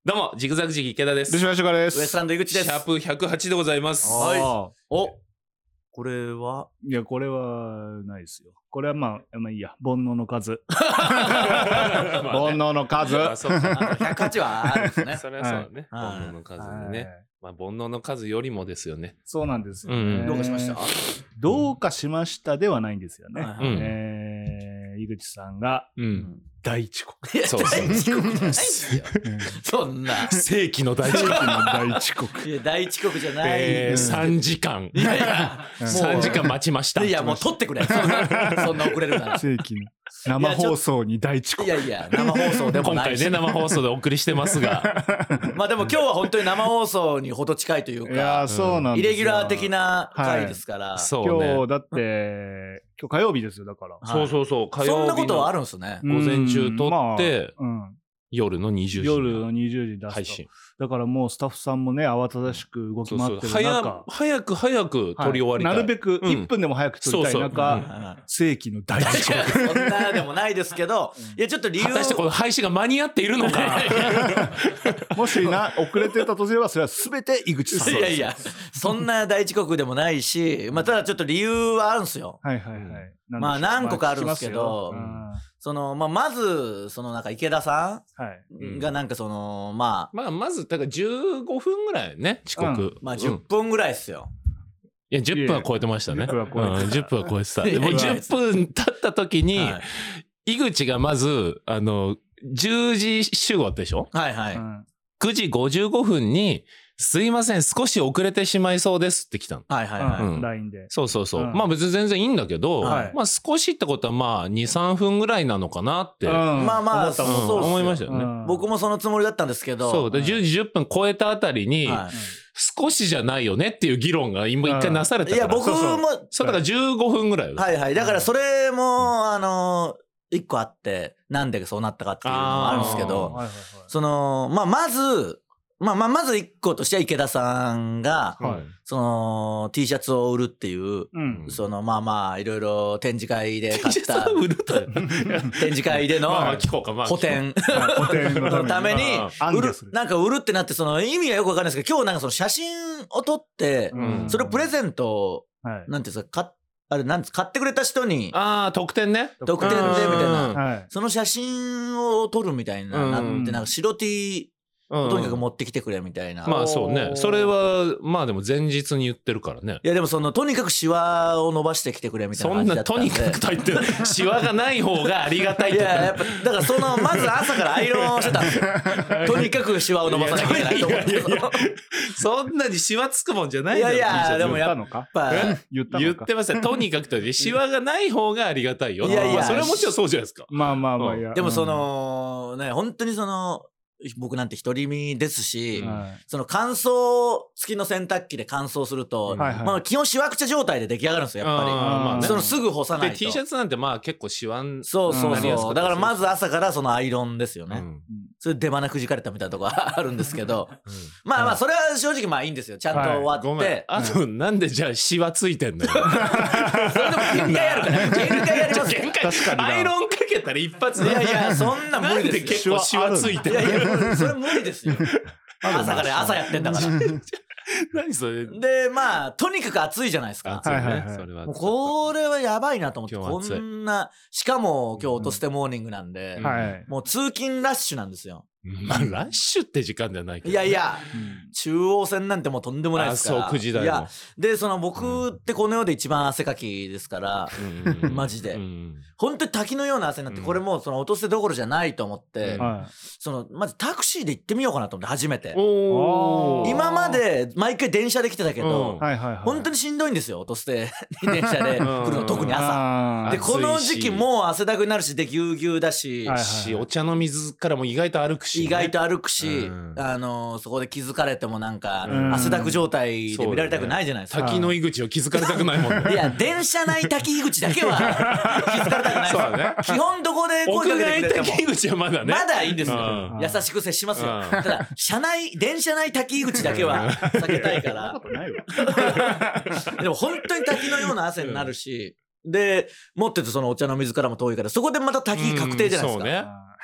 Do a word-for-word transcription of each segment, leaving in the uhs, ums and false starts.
どうもジグザグジギ池田です。 ルシファーシュガーでウエスす。 トランド井口です。 シャープひゃくはちでございます。 はいあお、これは、 ーいや、これはないですよ。これはまあ、まあいいや。煩悩の数。 まあね煩悩の数。 あそうかひゃくはちはあるんですね。 それはそうだね。 はい煩悩の数でね。 はいまあ煩悩の数よりもですよね。 そうなんですよね。 うんどうかしました？ どうかしましたではないんですよね。 はいうんえー、井口さんがう。 うんん大遅刻。 いや、 そうそう大遅刻じゃないんですよ。そんな。 世紀の大大事件。 遅刻。 いや、大遅刻じゃない。 えー、さんじかん。 いやいや、 うんさんじかん待ちました。 いや、もう取ってくれ。そんな、そんな遅れるなら。 世紀の生放送に大遅刻。 いやいや、生放送でもないし。 今回ね、生放送でお送りしてますが。 まあでも今日は本当に生放送にほど近いといういやー、 か、 そうなんイですよ。 レギュラー的な回ですから。 そうね。 今日、だって、今日火曜日ですよ、だから。 はいそうそうそう。火曜日のそんなことはあるんですね。 午前中撮ってうんまあうん夜のにじゅうじ夜のにじゅうじ出すと配信。 だからもうスタッフさんもね慌ただしく動きそうそう。 回ってる早中早く早く撮り終わりたい。 はいなるべくうんいっぷんでも早く撮りたいそうそう中、 はい世紀の大遅刻そんなでもないですけど、いやちょっと理由果たしてこの配信が間に合っているのか。 もしな遅れてたとすればそれは全て井口さんいやいや、そんな大遅刻でもないし、まあ、ただちょっと理由はあるんですよ。 はいはいはい、 うんなんでしょうまあ何個かあるんですけどまあ聞きますよその、まあ、まず、そのなんか池田さうんはいうんんがなんかその、まあ、 まあ、まず、だからじゅうごふんぐらいね、遅刻。 まあうんじゅっぷんぐらいっすよ。 いや、じゅっぷんは超えてましたね。 じゅっぷんは超えてたうんじゅっぷんは超えてた。 いやいやでもじゅっぷん経った時に、 はい井口がまず、あの、じゅうじ集合だったでしょはいはい。 うんくじごじゅうごふんに、すいません、少し遅れてしまいそうですって来たの。 はいはいはい。 うんライン でそうそうそう。 うんまあ別に全然いいんだけど、 はいまあ少しってことはまあに、さんぷんぐらいなのかなって、 うんまあまあ思ったうんそうっすよ思いましたよね。 うん僕もそのつもりだったんですけど。 そう。で、じゅうじじゅっぷん超えたあたりに、 は少しじゃないよねっていう議論が今一回なされい。 たから。 いや、僕そうそうも、 そうだからじゅうごふんぐらいよ。 はいはい。だからそれも、あの、一個あって、なんでそうなったかっていうのもあるんですけあーど、 はいはいはいその、まあ、まず、まあまあ、まず一個としては池田さんが、 はいその、T シャツを売るっていう、 うんその、まあまあ、いろいろ展示会で買った、 売ると。 展示会でのまあまあ聞こうか、まあ。 補填補填のためにのためにあ、 売る暗記する、 なんか売るってなって、その意味がよくわかんないですけど、今日なんかその写真を撮って、 うんそれをプレゼント、 はいなんていうんですか、かあれ、なんです買ってくれた人に、 ああ、特典ね。 特典でみたいな、 はいその写真を撮るみたいな、なうんって、なんか白 T、 うんとにかく持ってきてくれみたいな。 まあそうねお。ーそれは、まあでも前日に言ってるからね。 いやでもそのとにかくシワを伸ばしてきてくれみたいそんな、 な感じだったんで。 とにかくと言って、シワがない方がありがたいとか。 いややっぱだからそのまず朝からアイロンをしてたんですよ。とにかくシワを伸ばさなきゃいけないと思って。 いやいやいやそんなにシワつくもんじゃないいやいや T シャツでもやっ言ったのかぱ言ったのか言ってました。とにかくと言って、シワがない方がありがたいよ。 いやいやまあそれはもちろんそうじゃないですか。 まあまあまあうんいやでもそのね本当にその僕なんて独り身ですし、 うんはいその乾燥付きの洗濯機で乾燥すると、 うんはいはいまあ基本シワくちゃ状態で出来上がるんですよやっぱり。 あーまあねそのすぐ干さないで、 と。 T シャツなんてまあ結構シワん。 そうそうそう。 なりやすかっただからまず朝からそのアイロンですよね。 うんそれで出花くじかれたみたいなとこあるんですけど。 うんまあまあ、それは正直まあいいんですよ。ちゃんと終わごめんって。。 あと、なんでじゃあシワついてんのよ。 それでも限界あるから。限界ありますよ。 限界確かになアイロンかけたら一発で。 いやいや、そんな無なんで理ですよ。 結構シワついてんのいやいや、それ無理ですよ。朝から朝やってんだから。 何それ。 で、まあ、とにかく暑いじゃないですか。 暑いねはいはいはいそれは。 もうこれはやばいなと思って、こ今日暑いんな、しかも今日音捨てモーニングなんで、 うんはいもう通勤ラッシュなんですよ。 まあ、ラッシュって時間ではないけど。 いやいや、 うん中央線なんてもうとんでもないですから。 あそうくじ台のいや、で、その僕ってこの世で一番汗かきですから、 うんマジでうん本当に滝のような汗になって、 うんこれもうその落とせどころじゃないと思って、 うんはその、まずタクシーで行ってみようかなと思って、初めて。 おー今まで毎回電車で来てたけど、 うんいはいはいはい本当にしんどいんですよ、落として電車で来るの、 うん特に朝。 あーで、 暑いしこの時期もう汗だくになるし、で、ぎゅうぎゅうだし、 はいし、お茶の水からも意外と歩くしね。 意外と歩くし、 うんあのーそこで気づかれてもなんか、 うん汗だく状態で見られたくないじゃないですか。 滝の井口を気づかれたくないもんね。 いや、電車内滝井口だけは気づかれたくないですそうだね基本どこで声か屋けてくれても。 外滝井口はまだね。 まだいいんですようん。 優しく接しますよ。 うんただ、車内、電車内滝井口だけは避けたいかそんならこ。とないわでも本当に滝のような汗になるし、で、持っててそのお茶の水からも遠いから、そこでまた滝確定じゃないですか。 うんそうね。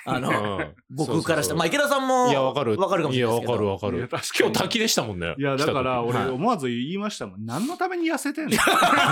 あの、 うん僕からしたら、まあ池田さんもいや、わかる。 わかるかもしれないですけど。 いや、わかるわかる。 いや確かに今日滝でしたもんね。 いや、だから来た時俺思わず言いましたもん。何のために痩せてんの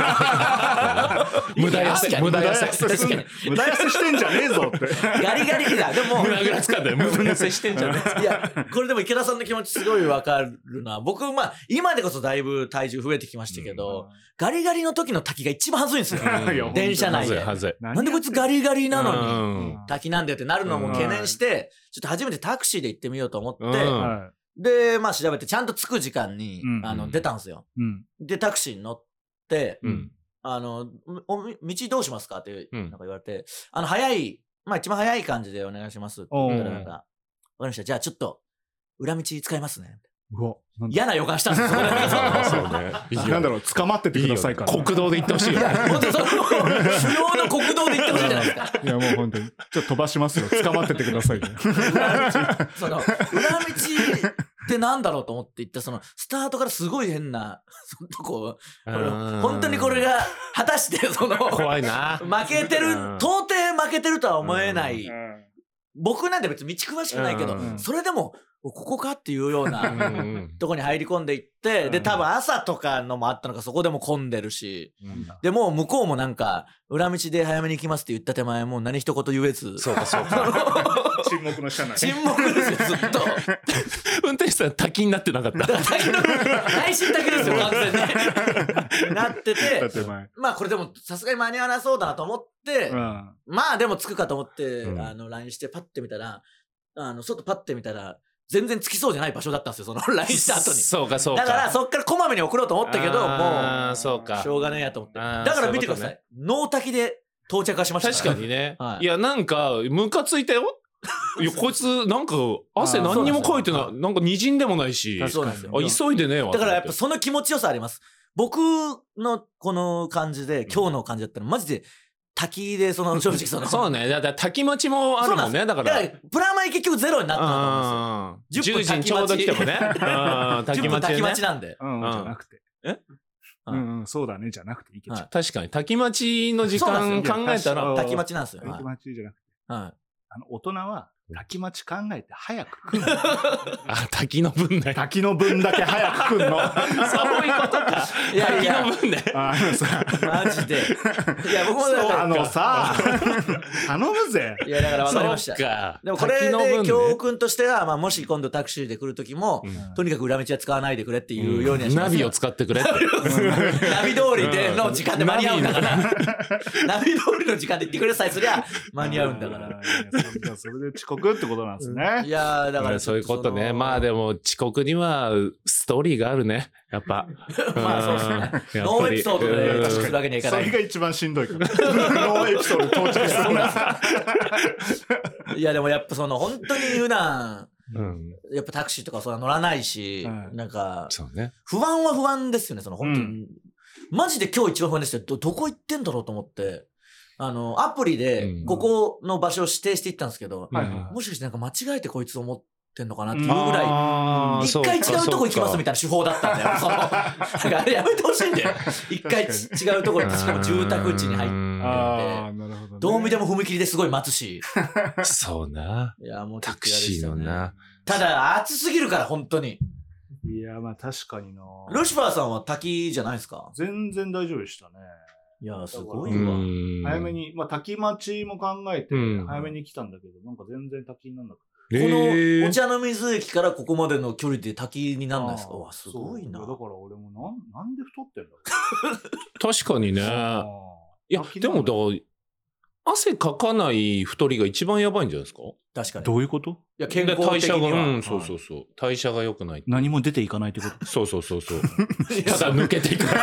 無駄痩せ、無駄痩せ。 確かに無駄痩せしてんじゃねえぞって。 ガリガリだ。でも、 胸ぐらつかんで無駄痩せしてんじゃねいや、これでも池田さんの気持ちすごいわかるな。僕、まあ、今でこそだいぶ体重増えてきましたけど、ガリガリの時の滝が一番恥ずいんですよ。 うんいや電車内で。 はずい。 なんでこいつガリガリなのに、 うん滝なんだよってなるのも懸念して、ちょっと初めてタクシーで行ってみようと思って、 うんはで、まあ調べてちゃんと着く時間に、 うんあの、出たんですよ。 い。うん。 で、タクシーに乗って、 うんあの、お道どうしますかって、 うんなんか言われて、あの、早い、まあ一番早い感じでお願いしますって言ったら、なんか、わかりました。じゃあちょっと、裏道使いますね。 うわ。なんだ嫌な予感したんですよ、そこでなんかそのそうね。いいよなんだろう、捕まっててくださいから。 国道で行ってほしいよ。 本当にその、主要の国道で行ってほしいじゃないですか。 いや、もう本当に。ちょっと飛ばしますよ。捕まっててくださいね。 その、裏道ってなんだろうと思って行った、その、スタートからすごい変な、そのとこ、 うん本当にこれが、果たして、その、 怖いな。 負けてるうん、 到底負けてるとは思えない。 う僕なんて別に道詳しくないけど、 うんそれでも、ここかっていうよううな、 んとこに入り込んでいって、で、 うん多分朝とかのもあったのか、そこでも混んでるし、 うんで、もう向こうもなんか、裏道で早めに行きますって言った手前、もう何一言言えず、 そうかそうか。 沈黙の車内。 沈黙ですよ、ずっと。 運転手さん滝になってなかった。 内心だけですよ、完全に。なってだて、 って前。 まあこれでもさすがに間に合わなそうだなと思って、 うん。 まあでも着くかと思って、 うんあの、ライン してパッて見たら、あの、外パッて見たら、全然着きそうじゃない場所だったんですよ、その ライン した後に。 そうかそうか。 だからそっからこまめに送ろうと思ったけど、もあーそうかう、し。ょうがねえやと思って。 あーだから見てくださそういうい。ノー滝で到着はしました確かにね。 はいいや、なんか、ムカついたよ。いや、こいつ、なんか、汗何にもかいてない。なんか、滲んでもないし。 そうなんですよ。 あ、急いでねえわ。 だからやっぱその気持ちよさあります。僕のこの感じで、今日の感じだったら、マジで滝で、その、正直その、 そうね。だから、滝待ちもあるもんね。だから。 プラマイ結局ゼロになったと思うんですよ。 うんじゅうじにちょうど来てもね。うん 10 滝分滝待ちでね。 待ちなんで。 うん、 うんじゃなくて。 えうんうん、そうだね、じゃなくていいけど。 はい確かに。滝待ちの時そうなんです間考えたら。 滝待ちなんですよ。はい滝待ちじゃなくて。 はいあの、大人は、滝待ち考えて早く来んの。 あ、滝の分ね。 滝の分だけ早く来んの。 そういうことか。 いやいや滝の分ね。 あのさ、 マジで。いや、僕もだからあのさ、頼むぜ。 いや、だから分かりましたそう。か。 でもこれ滝の分ねで教訓としては、まあ、もし今度タクシーで来るときも、 うんとにかく裏道は使わないでくれっていうようにはしますよナビを使ってくれって。 ナビ通りでの時間で間に合うんだから。ナビ通りの時間で行ってくれさえすりゃ間に合うんだから。 いやそそれで遅刻ってことなんですね。 いやー、だからそういうことね。まあででも遅刻にはストーリーがあるね。やっぱ。 まあそうですねんやっぱりノーエピソードでうん確かにするわけにはいかない。 それが一番しんどいから。ノーエピソード到着するな。 いや、でもやっぱその、本当に普段、 うん。 やっぱタクシーとかそんな乗らないし、 はいなんか、 そうね。 不安は不安ですよね、その本当に。 うんマジで今日一番不安でしたよ。ど、どこ行ってんだろうと思って。あの、アプリうでん、 ここの場所を指定していったんですけど、 はいうんもしかしてなんか間違えてこいつ思ってんのかなっていうぐらい、 あー一回違うとこ行きますみたいな手法だったんだよ。その、なんかあれやめてほしいんだよ。一回ち違うところに、しかも住宅地に入って、 ああ、なるほどね。 どう見ても踏切ですごい待つし。 そうな。 いや、もうタクシーのな。 ただ、暑すぎるから、本当に。 いや、まあ確かにな。 ルシファーさんは滝じゃないですか？ 全然大丈夫でしたね。 いや、すごういわ。 ん早め。に、まあ滝待ちも考えてうん、 早めに来たんだけど、なんか全然滝になんなくて。 こへのーお茶の水駅からここまでの距離で滝になんないですか？ あーうわ、すごいな。 そうだから俺もなん、なんで太ってんだろ確かにね。 う。あーいや、でもだ、汗かかない太りが一番やばいんじゃないですか？ 確かに。 どういうこといや、健康代謝が、 的には。 うん、そうそうそう。代謝が良くない。 何も出ていかないってことそうそうそうそう。 いやただ抜けていく。 毛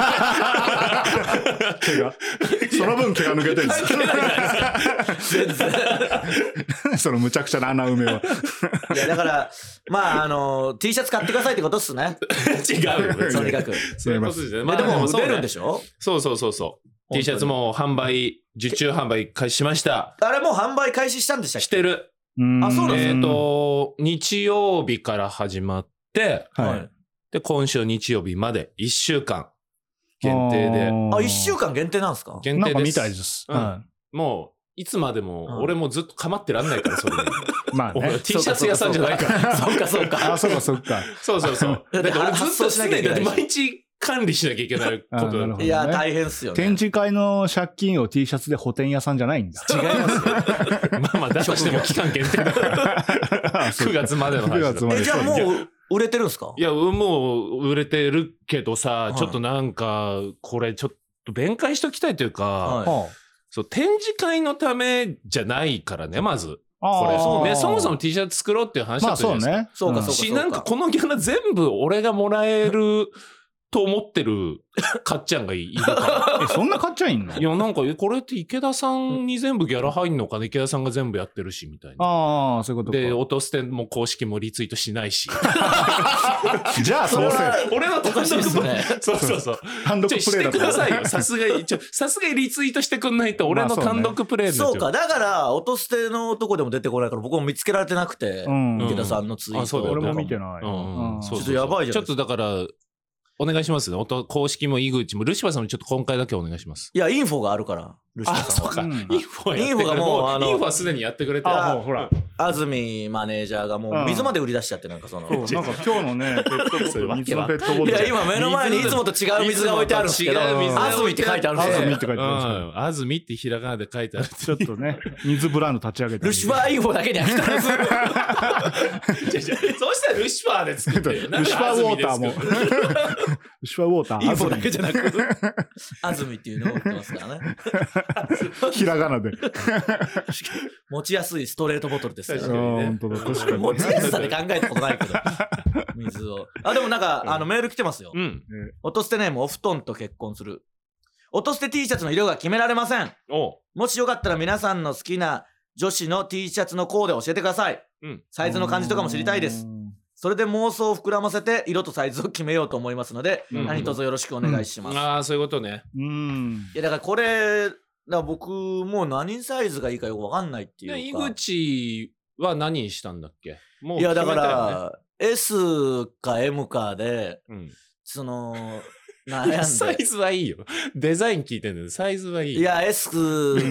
がその分毛が抜けてるんですよ。 全然。 そのむちゃくちゃな穴埋めは。 いや、だから、まあ、あの、T シャツ買ってくださいってことっすね。 違うよ。 とにかく。 そういうことですね。 まあ、でも、 そうね売れるんでしょ？ そうそうそうそう。T シャツも販売、受注販売開始しました。 あれもう販売開始したんでしたっけ？ してる。 あそうなんですえっと、日曜日から始まって、 はい。 で、今週日曜日までいっしゅうかん限定で。 あ、いっしゅうかん限定なんですか？ 限定です。 なんかみたいです。 うんはもいつまでも、 うん俺もずっと構ってらんないから、それに。 まあね俺 T シャツ屋さんじゃないから。 そうかそうか。 あ、そうかそうか。 そうそうそう。だって俺ずっと発送しなきゃいけないし毎日管理しなきゃいけないことだよあなるほどいや、大変っすよね。 展示会の借金を T シャツで補填屋さんじゃないんだ。 違いますよ。 まあまあ、だとしても期間限定だから。くがつまでの話だ。 くがつまでえ、じゃあもう売れてるんですか？ いや、もう売れてるけどさ、 はいちょっとなんか、これちょっと弁解しときたいというか、 はいはそう展示会のためじゃないからね、まず。 あこれあーね、そもそも T シャツ作ろうっていう話だまあったじゃないですか。 そうね。 そうかそうかし、なんかこのギャラ全部俺がもらえると思ってるかっちゃんがいるかうん。え、そんな買っちゃいんのら。いや、なんか、えこれって池田さんに全部ギャラ入んのかな、池田さんが全部やってるし、みたいな。 ああ、そういうことか。 で、音捨ても公式もリツイートしないし。 じゃあそうせ。 俺の単おかしい独ですね。 そうそうそう。 単独ちょしてプレイだとくださいよ。さすがに、ちょ、さすがにリツイートしてくんないと俺の単独プレイになっちゃう。 そうか。だから、音捨てのとこでも出てこないから、僕も見つけられてなくて、 うん池田さんのツイート。 あそうだよね俺も見てない。 うんうん。そうそうそうちょっとやばいじゃないですかちょっとだから、お願いしますね。音公式も井口も、ルシファーさんもちょっと今回だけお願いします。 いや、インフォがあるから、ルシファあ、 ーさんは。 そうか。 うんインフォはやってくれインフォがもうあのインフォはすでにやってくれてる。 あ、もうほら。 安住マネージャーがもう水まで売り出しちゃって、なんかその。 そう、なんか今日のね、ペットボトル、水のペットボトル。 いや、今目の前にいつもと違う水が置いてあるんですけど、 違う水が安住って書いてあるんですよ。 安住って書いてあるんですよ。 うん。安住ってひらがなで書いてある。 ちょっとね、水ブランド立ち上げて。 ルシファーインフォだけには来たんです。 そうしたらルシファーで作ってよ。 ルシファーウォーターも。ルシファーウォーター。 インフォだけじゃなく、安住っていうのを売ってますからね。 ひらがなで。 持ちやすいストレートボトルですよ確かにね本当だ、確かに。 持ちやすさで考えたことないけど。水を。あ、でもなんか、あの、メール来てますよ。 うん。 音捨てネーム、お布団と結婚する。音捨て T シャツの色が決められません。 おう。 もしよかったら皆さんの好きな女子の T シャツのコーデ教えてください。 うん。 サイズの感じとかも知りたいです。それで妄想を膨らませて色とサイズを決めようと思いますので、 うん何卒よろしくお願いします。 ああ、そういうことね。 うん。 いや、だからこれ、だから僕、もう何サイズがいいかよくわかんないってで井いうか。 口は何にしたんだっけもういや、だか決めたよね、 ら、S か M かで、 うん。 その、悩サイんで。 ズはいいよ。デザイン聞いてんだけど、サイズはいいよ。 いや、S か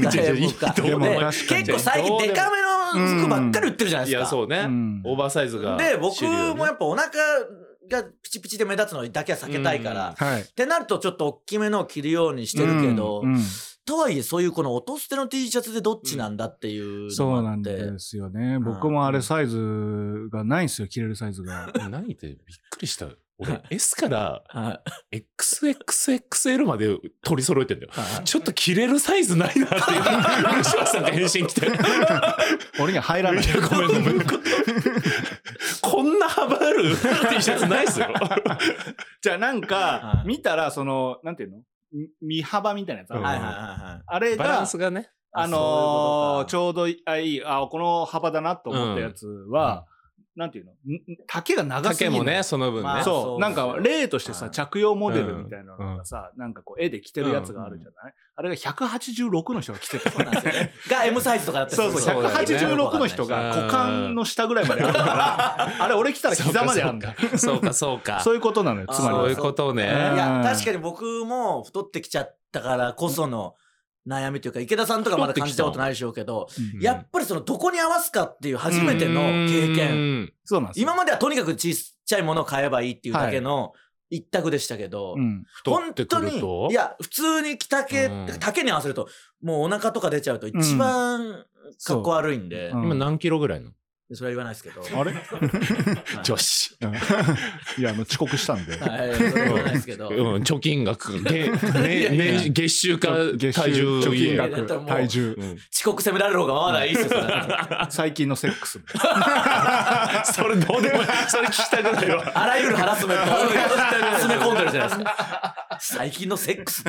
M か。 でもで確かに結構最近デカめの服ばっかり売ってるじゃないいや、 ですか。 そうね。 うんオーバーサイズが主流で、 よね。 僕もやっぱお腹がピチピチで目立つのだけは避けたいから。 はい。 ってなるとちょっと大きめのを着るようにしてるけど、 うんうんとはいえそういうこの音捨ての T シャツでどっちなんだっていうのそうなんもあって。 ですよね。僕もあれサイズがないんですよ、着れるサイズが。 何ってびっくりした。俺、S からはいエックスエックスエックスエル まで取り揃えてんだよ。 はいちょっと着れるサイズないなっていう。ルシファーさんが返信来て。 俺には入らない。 いやごめんごめん。こんな幅ある T シャツないっすよ。 じゃあなんはか、 い見たら、その、なんていうのみ身幅みたいなやつあるうんはいはいはいあれがバラン、スがね。 あのーそういうことかちょうどいい、あ、この幅だなと思ったやつは、なんていうのん丈が長すぎる。 丈もね、その分ね。 まあそう。 そうなんか、例としてさ、 はい着用モデルみたいなのがさ、なんかこう、絵で着てるやつがあるじゃない、あれがひゃくはちじゅうろくの人が着てた。 そうなんですよね。が M サイズとかだったりそうそう、 するそうだよねひゃくはちじゅうろくの人が股間の下ぐらいまであるから、あれ俺着たら膝まであるんだ。 そうか、そうか。 そういうことなのよ、つまりはそういう。ことね。 いや、確かに僕も太ってきちゃったからこその悩みというか、池田さんとかまだ感じたことないでしょうけど、 うんやっぱりそのどこに合わすかっていう初めての経験。 験。 そうなんですよ。 今まではとにかくちっちゃいものを買えばいいっていうだけの一択でしたけど、 うん。 本太ってく当に、 るといや、普通に着丈、 うん丈に合わせると、もうお腹とか出ちゃうと一番かっこ悪いんで、 うん今何キロぐらいのそれは言わないですけど。 あれ女子。 いや、あの、遅刻したんで。 はい、それは言わないですけど。 うん、貯金額、げいやねいやね月収か月収体重貯金いやだったら額、 もう体重、 うん遅刻責められる方がまだいいっすよ、それ。 最近のセックス。 それどうでもいい。それ聞きたくないわ。 あらゆるハラスメントを詰め込んでるじゃないですか。最近のセックス。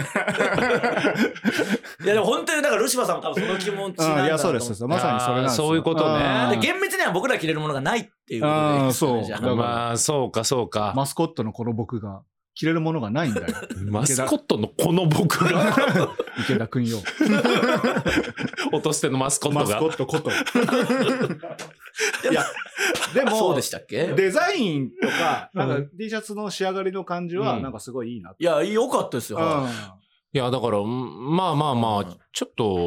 いやでも本当にだからルシファーさんも多分その気持ちなんだあいや、そうと思ってです。まさにそれなんですよ。 そういうことねあーで厳密には僕ら着れるものがないっていうことでいいですよね。じゃああーそうだからまあ、そうか、そうか。 マスコットのこの僕が着れるものがないんだよ。 マスコットのこの僕が、 池田くんよ。 落としてのマスコッマストが。 コットこと。いや、でも、 そうでしたっけ？ デザインとか、なんかうん T シャツの仕上がりの感じは、 うんなんかすごいいいなって。 いや、良かったですよ。 うんいや、だから、うんまあまあまあうん、 ちょっと、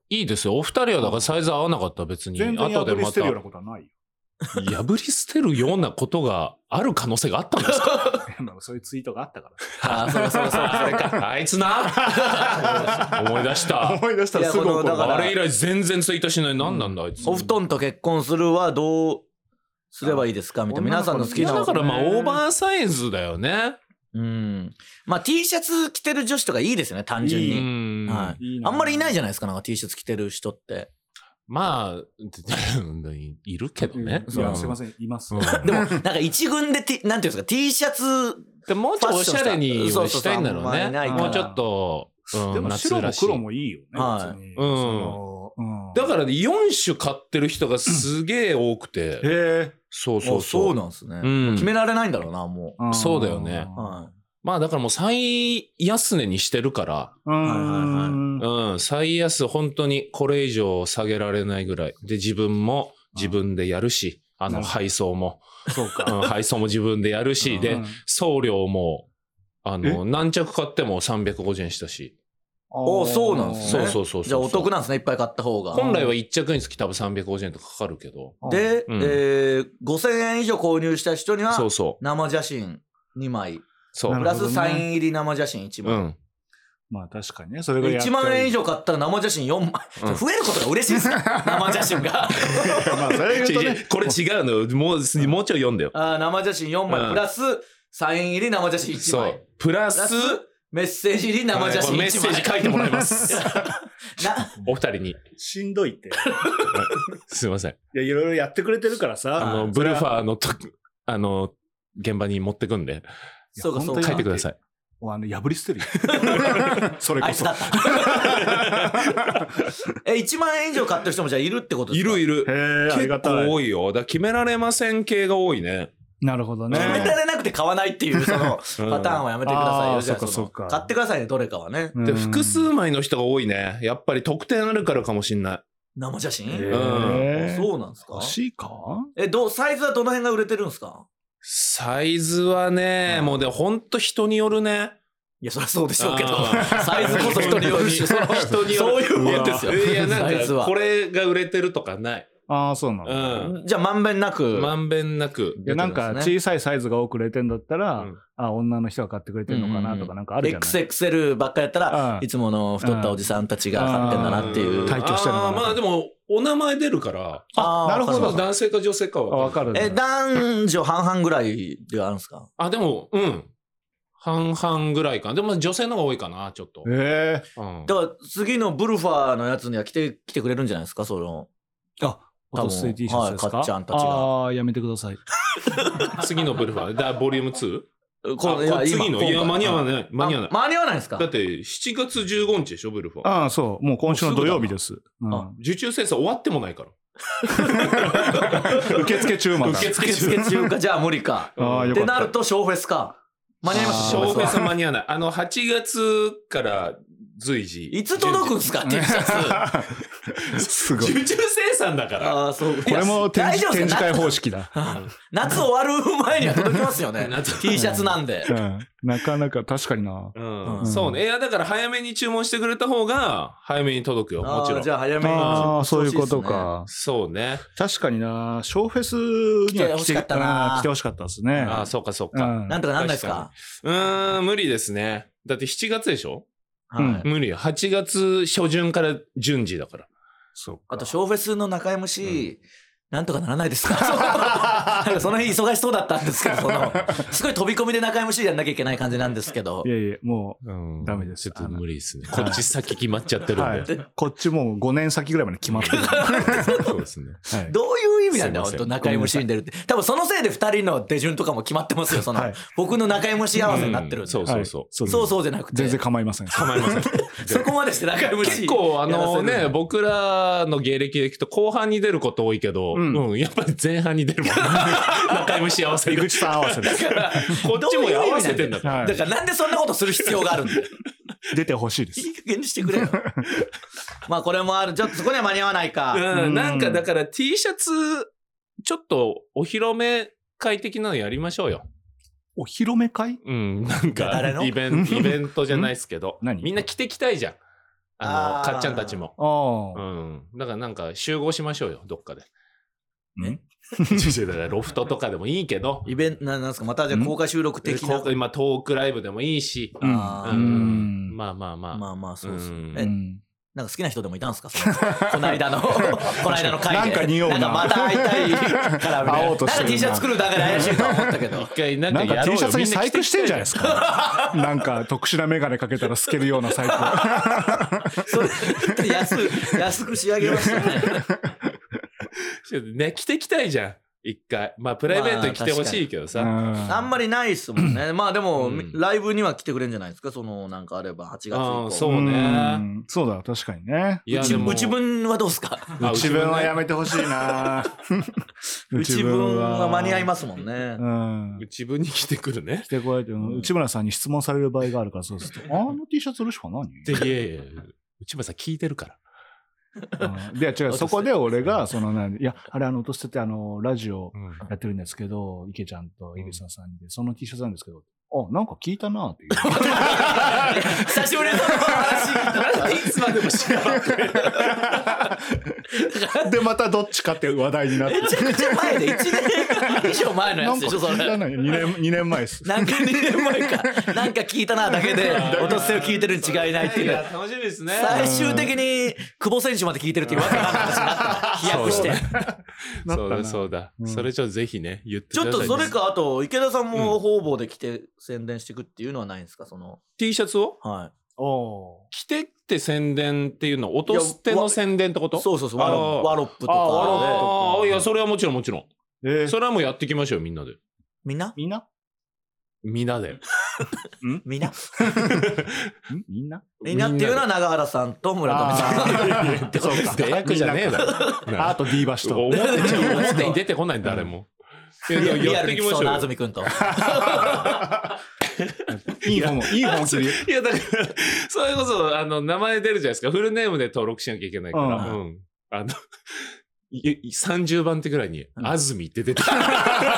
いいですよ。お二人はだからサイズ合わなかったら別に。 全然後でまた破り捨てるようなことはないよ。 破り捨てるようなことがある可能性があったんですかまあそういうツイートがあったから。 ああ、そうそうそう、それか。 あいつな思い出した。 思い出したらすぐ怒るいやこのだからあれ以来全然ツイートしない。何なんだあいつ。 お布団と結婚するはどうすればいいですかみたいな。皆さんの好きな。 いやだからまあオーバーサイズだよね。 うん。まあ T シャツ着てる女子とかいいですよね、単純うに。 ん。 はいいいなあんまりいないじゃないですか、なんか T シャツ着てる人って。 まあ、いるけどね。 いや、すいません、います。 うんでも、なんか一軍で、T、なんていうんですか、T シャツ、 でもうちょっとおしゃれにしたいんだろうね。 そうそうそうあんまりないからもうちょっと、うんでも夏らしい白も黒もいいよね、 はい別に。 うんそのうんだからよん種買ってる人がすげえ多くて。 へえ。 そうそうあそう。 そうなんですね。 うん決められないんだろうな、もう。 そうだよねはまあだからもう最安値にしてるから、 うん。 うん、最安本当にこれ以上下げられないぐらい。で、自分も自分でやるし、あのなるほど配送も、 そうか。 うん配送も自分でやるし、でうん、 送料も、あえの、何着買ってもさんびゃくごじゅうえんしたし。 おそうなんですね。 そうそうそうそうじゃあお得なんですね、いっぱい買った方が。 本来はいっ着につき多分さんびゃくごじゅうえんとかかかるけど。 で、 うんえー、ごせんえん以上購入した人には、 そうそう。 生写真にまい、 そう。 プラなるほどねスサイン入り生写真いちまい。 うん。 まあ確かにね、それがやいちまんえん以上買ったら生写真よんまい。 うん増えることが嬉しいですよ。生写真が。 まあそれ言うとね、 これ違うの。もう、もうちょい読んだよ。 あー生写真よんまい、 うんプラスサイン入り生写真いちまい。 そう。プラスプラス、メッセージ入り生写真はいこれメッいちまい。 セージ書いてもらいます。 なお二人に。 しんどいって。 すいません。 いや、いろいろやってくれてるからさ。 あの、ブルファーのと、あの、現場に持ってくんで、 そうか、そうか。 本当に書いてください。 もうあの、破り捨てるよ。それこそ。 あいつだった。え、いちまんえん以上買ってる人もじゃあいるってことですかいるいる。 へえ、あり結がたい。 構多いよ。だから決められません系が多いね。 なるほどね。 決められなくて買わないっていう、その、 うんパターンはやめてくださいよ。 あーじゃあそっかそっか買ってくださいね、どれかはね。 うんで、複数枚の人が多いね。やっぱり得点あるからかもしんない。 生写真、 へうんえそうなんですか欲しいかえ、どう、サイズはどの辺が売れてるんですかサイズはね、もうで、ほんと人によるね。 いや、そりゃそうでしょうけどあ、 サイズこそ人によるし、その人によるそういうもんですよ。 いや、なんか、 サイズはこ。れが売れてるとかない。 ああ、そうなの。 うん。 じゃあ、まんべんなく。 まんべんなく。 いや、なんか小さいサイズが多く売れてんだったら、 うんあ、女の人が買ってくれてんのかなとかなんかあるじゃない、 エックスエックスエル ばっかやったら、 うんいつもの太ったおじさんたちが買ってんだなっていう。 退去してるのかなあーまあでも、お名前出るから、 あーなるほどわかる男性か女性かあは分かる。 わかる。 え、男女半々ぐらいではあるんですか？ あ、でも、うん。半々ぐらいかな。でも女性の方が多いかな、ちょっと。 ええうんだから次のブルファーのやつには来て、来てくれるんじゃないですか、その。 あ、 多分落とす T シャツですか、 はいかっちゃんたちがああ、やめてください。 次のブルファー。だボリュームツー？ こあこ次の。いや、間に合わい。 ない。間に合わない。 間に合わないんですか？ だって、しちがつじゅうごにちでしょ、ブルファー。 ああ、そう。もう今週の土曜日です。うんあ受注生産終わってもないから。 受付中まだ。 受付受付中か、じゃあ無理か。 ああ、 ってよかった。 なると、ショーフェスか。間に合いますショーフェスは間に合わない。あの、はちがつから随時。 いつ届くんですか、T シャツ。 すごい。 受注生産だから。 ああ、そう。 これも展示大丈夫ですか展示会方式だ。 夏終わる前には届きますよね。 夏 T シャツなんで。 うん。なかなか確かにな。 うんうんそうね。いや、だから早めに注文してくれた方が、早めに届くよ。もちろん。 あーじゃあ早めに。 ああ、そういうこと。か。 そうね。 確かにな。ショーフェスには来て来てほしかったなうん来てほしかったですね。 ああ、そうか、そうか。 うんなんとかなんないですか？ うーん、無理ですね。だってしちがつでしょうんはい。 無理よ。はちがつ初旬から順次だから。 そうか。 あと、ショーフェスの中 エムシー、なんとかならないですか？なんかその日忙しそうだったんですけど、その、すごい飛び込みで中 エムシー やんなきゃいけない感じなんですけどい。やいや、もうんダメですちょっと無理ですね。こっち先決まっちゃってう、はいるんで。。 こっちもうごねん先ぐらいまで決まってる。 そうですね。 はいどういう意味なんだよ、 すいません本当中 エムシー に出るって。多分そのせいでふたりの手順とかも決まってますよ、その、 はい僕の中 エムシー 合わせになってるんで。 うんそうそうそう。 はいそうそうそうじゃなくて。 全然構いません。 構いません。 そこまでして中 エムシー。 結構あのやらせね、 る僕らの芸歴でいくと後半に出ること多いけど、う、 うんんやっぱり前半に出るもん。中 エムシー 合わせる。 井口さん合わせです。 だからこっちも合わせてんだから。 はいだからなんでそんなことする必要があるんだよ。 出てほしいですい。い加減にしてくれよ。まあこれもある。ちょっとそこには間に合わないか。 うん、なんかだから T シャツ、ちょっとお披露目会的なのやりましょうよ。 お披露目会うん、なんか誰のイベント、イベントじゃないですけど、 何みんな着てきたいじゃん。 あの、 あーかっちゃんたちも。 ああ。 うん。だからなんか集合しましょうよ、どっかで。 ね。 だからロフトとかでもいいけど、 イベント、ななんですか、またじゃあ公開収録的な。 こう今トークライブでもいいし、 あーうんうんまあまあまあ。 まあまあ、そうです。 うんえ、 うんなんか好きな人でもいたんですかそのこの間の、この間の回で。 なんか匂うななんかまた会いたいからみたいな。 会おうとしてるななんか T シャツ作るだけで怪しいとは思ったけど。 一回なんなんかかやろう T シャよ。 ツに細工してんじゃないですか。 か。なんか特殊なメガネかけたら透けるような細工。 それ、安、安く仕上げましたね。 ね、着てきたいじゃん。一回。まあプライベートに来てほしいけどさ。 あんまりないっすもんね。まあでも、 うんライブには来てくれんじゃないですかその、なんかあれば、はちがつ以降。 あーそうねんそうだ、確かにね。 いやでも内分はどうすかあ内分はやめてほしいな。 内分は間に合いますもんねう。ん。 内分に来てくるね来。てこられて、内村さんに質問される場合があるから、そうすると、あの T シャツ売るしか何で、いやいや内村さん聞いてるから。 うんで、違う、そこで俺が、その、なんいや、あれ、あの、落としてて、あの、ラジオうんやってるんですけど、池ちゃんと井口さんにで、その T シャツなんですけど、あ、なんか聞いたなっていう。 久しぶりの話なんでいつまでも知らんで、またどっちかって話題になって。 めちゃくちゃ前でいちねん以上前のなんかやつでしょ、それ。 聞いたのよ。にねん、にねんまえです。 なんかにねんまえか。なんか聞いたなだけで、落とせを聞いてるに違いないっていう。 楽しみですね。 最終的に久保選手まで聞いてるっていうわけわかんない話になった。飛躍して。 そうだそうだ。 うんそれちょっとぜひね、言ってちょっください。 とそれか、あと、池田さんも方々で来て宣伝していくっていうのはないんですかその。 T シャツをはおー着てって宣伝っていうの、落とす手の宣伝ってこい。 とそうそうそう。ワロあーワロップとあーワロップかああ、いや、それはもちろんもちろん。 えーそれはもうやっていきましょう、みんなで。 みんなみんなみんなで。 みんなんみんなみんなっていうのは長原さんと村上さん。 あーそうか。出役じゃねえだろ。 あと D バシと。 表に表に出てこないんだ、誰も。いやリアルやっていきましょうよに来そうな安。住くんと。 いい本、いい本着る。 いや、だから、それこそ、あの、名前出るじゃないですか。フルネームで登録しなきゃいけないから。 ううん。あの、いいさんじゅうばん手ぐらいに、安住って出てくる。こ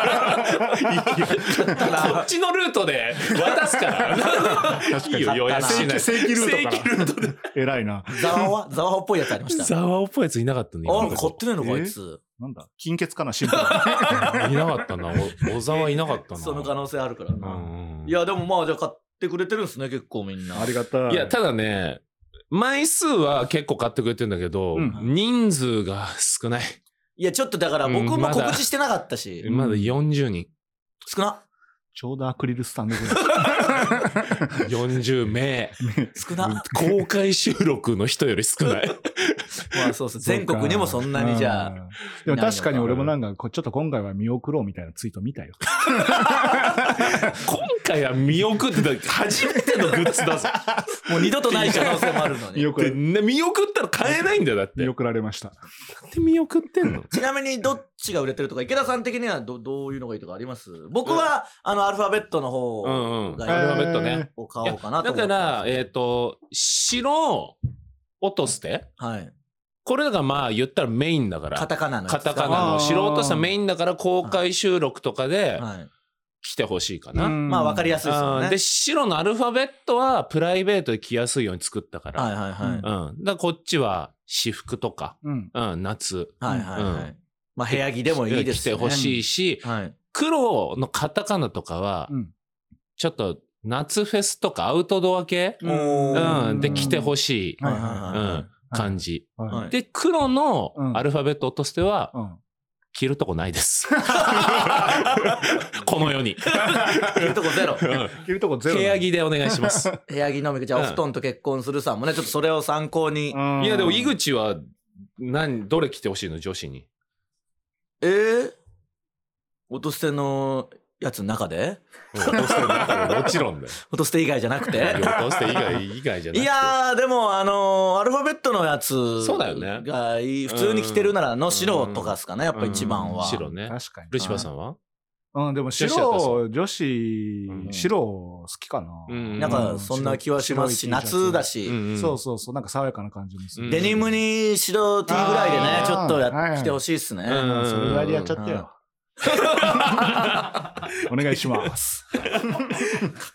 っちのルートで渡すから。 確いいよ、予約しない。 正規ルートから正規ルートで。 偉いな。 ザワワザワワっぽいやつありました。 ザワオっぽいやついなかったね。 あ、 今買ってないのか、あいつ。 なんだ金欠かな、シンプル。 いなかったな。お小沢いなかったな。 その可能性あるからうな。 んいや、でもまあ、じゃあ買ってくれてるんですね、結構みんな。 ありがたい。 いや、ただね、枚数は結構買ってくれてるんだけど、 うん人数が少ない。 いや、ちょっとだから僕もうんまだ告知してなかったし、 んまだよんじゅうにん。 少な。 ちょうどアクリルスタンドぐらい。 よんじゅうめい。 少な。 公開収録の人より少ない。 まあそうそう。全国にもそんなにじゃあ。 うんでも確かに俺もなんか、こちょっと今回は見送ろうみたいなツイート見たよ。 今回は見送ってた初めてのグッズだぞ。 もう二度とない可能性もあるのに。 見送らでね見送ったら買えないんだよ、だって。 見送られました。 なんで見送ってんのちなみにどっちが売れてるとか、池田さん的にはどどういうのがいいとかあります？僕は、あの、アルファベットの方うんうん。 がアルファベットね。 を買おうかなとだか思ってます。 ら、えっ、と、白落とす手はい。 これだからまあ言ったらメインだから。 カタカナのやつカですか。 タカナのあー白落としたメインだから公開収録とかではい。 来てほしいかな。 まあ分かりやすいですよね。 うんで、白のアルファベットはプライベートで着やすいように作ったから。 はいはいはい。 うん。だからこっちは私服とか、 うん。 うん、夏。 はいはいはうい。まあ部屋着でもいいですしね。 着てほしいし、 はい。 黒のカタカナとかはう、ん。 ちょっと夏フェスとかアウトドア系、 おーうん、で着てほしい、 はいはいうはいはいん、感じ。 はいはいで、黒のうんアルファベット落とす手は、 うん。 着るとこないです。この世に。 着るとこゼロ。 着るとこゼロだ。 部屋着でお願いします。 部屋着のみ。じゃあお布団と結婚するさんもね、ちょっとそれを参考に。 うんいや、でも井口は、何、どれ着てほしいの女子に。 えー落とし手のやつの中でうん落とす手の中でもちろんだよ。 落とし手以外じゃなくて落とす手以外、以外じゃなくて。 いやー、でも、あのーアルファベットのやつそうだよねがいい。普通に着てるならの白とかですかね、やっぱ一番は。 うん白ね。 確かに。 ルシファーさんはうん、でも女子だったらそ白、女子う、ん白好きかな。 うんなんか、そんな気はしますし、 白い T シャツ夏だし、 うんそうそうそう、なんか爽やかな感じもする。 デニムに白 T ぐらいでねあ、ーちょっとやはいってきてほしいっすね。 うんそれぐらいでやっちゃってよ。お願いします。 かっこいいな。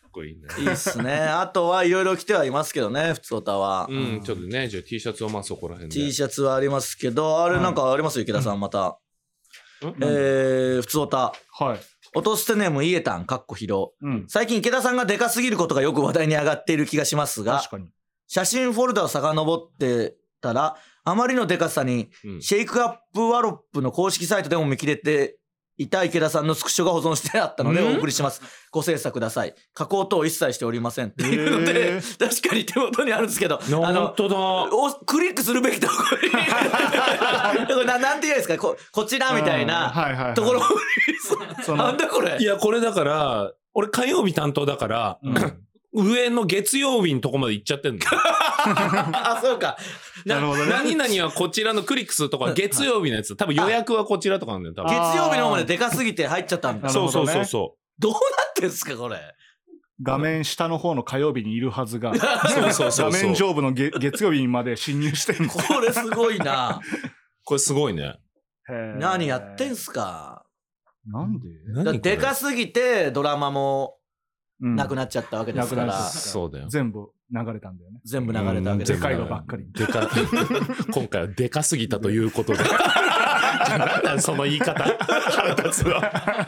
いいっすね。あとはいろいろ来てはいますけどね、普通歌は。 うん、ちょっとね、じゃあ T シャツをまあそこら辺で。 T シャツはありますけど、あれなんかありますよ、池田さんまた。えー、普通歌。 はい。 音捨てネームイエタン、かっこひろ。 うん。 最近池田さんがでかすぎることがよく話題に上がっている気がしますが、 確かに。 写真フォルダを遡ってたら、あまりのでかさに、 うんシェイクアップワロップの公式サイトでも見切れていた池田さんのスクショが保存してあったのでうんお送りします。ご精査ください。加工等一切しておりません。っていうので、 へ確かに手元にあるんですけど、あ本の、 当だ。 おクリックするべきところにこれな、なんて言うんですか、こ、こちらみたいうんなはいはいはいところそのなんだこれ。 いや、これだから、俺火曜日担当だから、 うん、 上の月曜日のとこまで行っちゃってんの。 あ、そうか。 なるほどね何々はこちらのクリックするとか月曜日のやつ。多分予約はこちらとかなんだよ、多分。 月曜日の方まででかすぎて入っちゃったんだ。 そうそうなるほどねそうそどうなってんすか、これ。 画面下の方の火曜日にいるはずが、 う。そうそうそうそう。 画面上部の月月曜日にまで侵入してんの。 これすごいな。 これすごいね。 へー何やってんすか。 なんでだってでかすぎてドラマもなくななっちゃったわけですから、 なくなっちゃったそうだよ。 全部流れたんだよね。 全部流れたわけですかでかいら。 のばっかり。 でか、今回はでかすぎたということで。なんだその言い方。腹立つわ。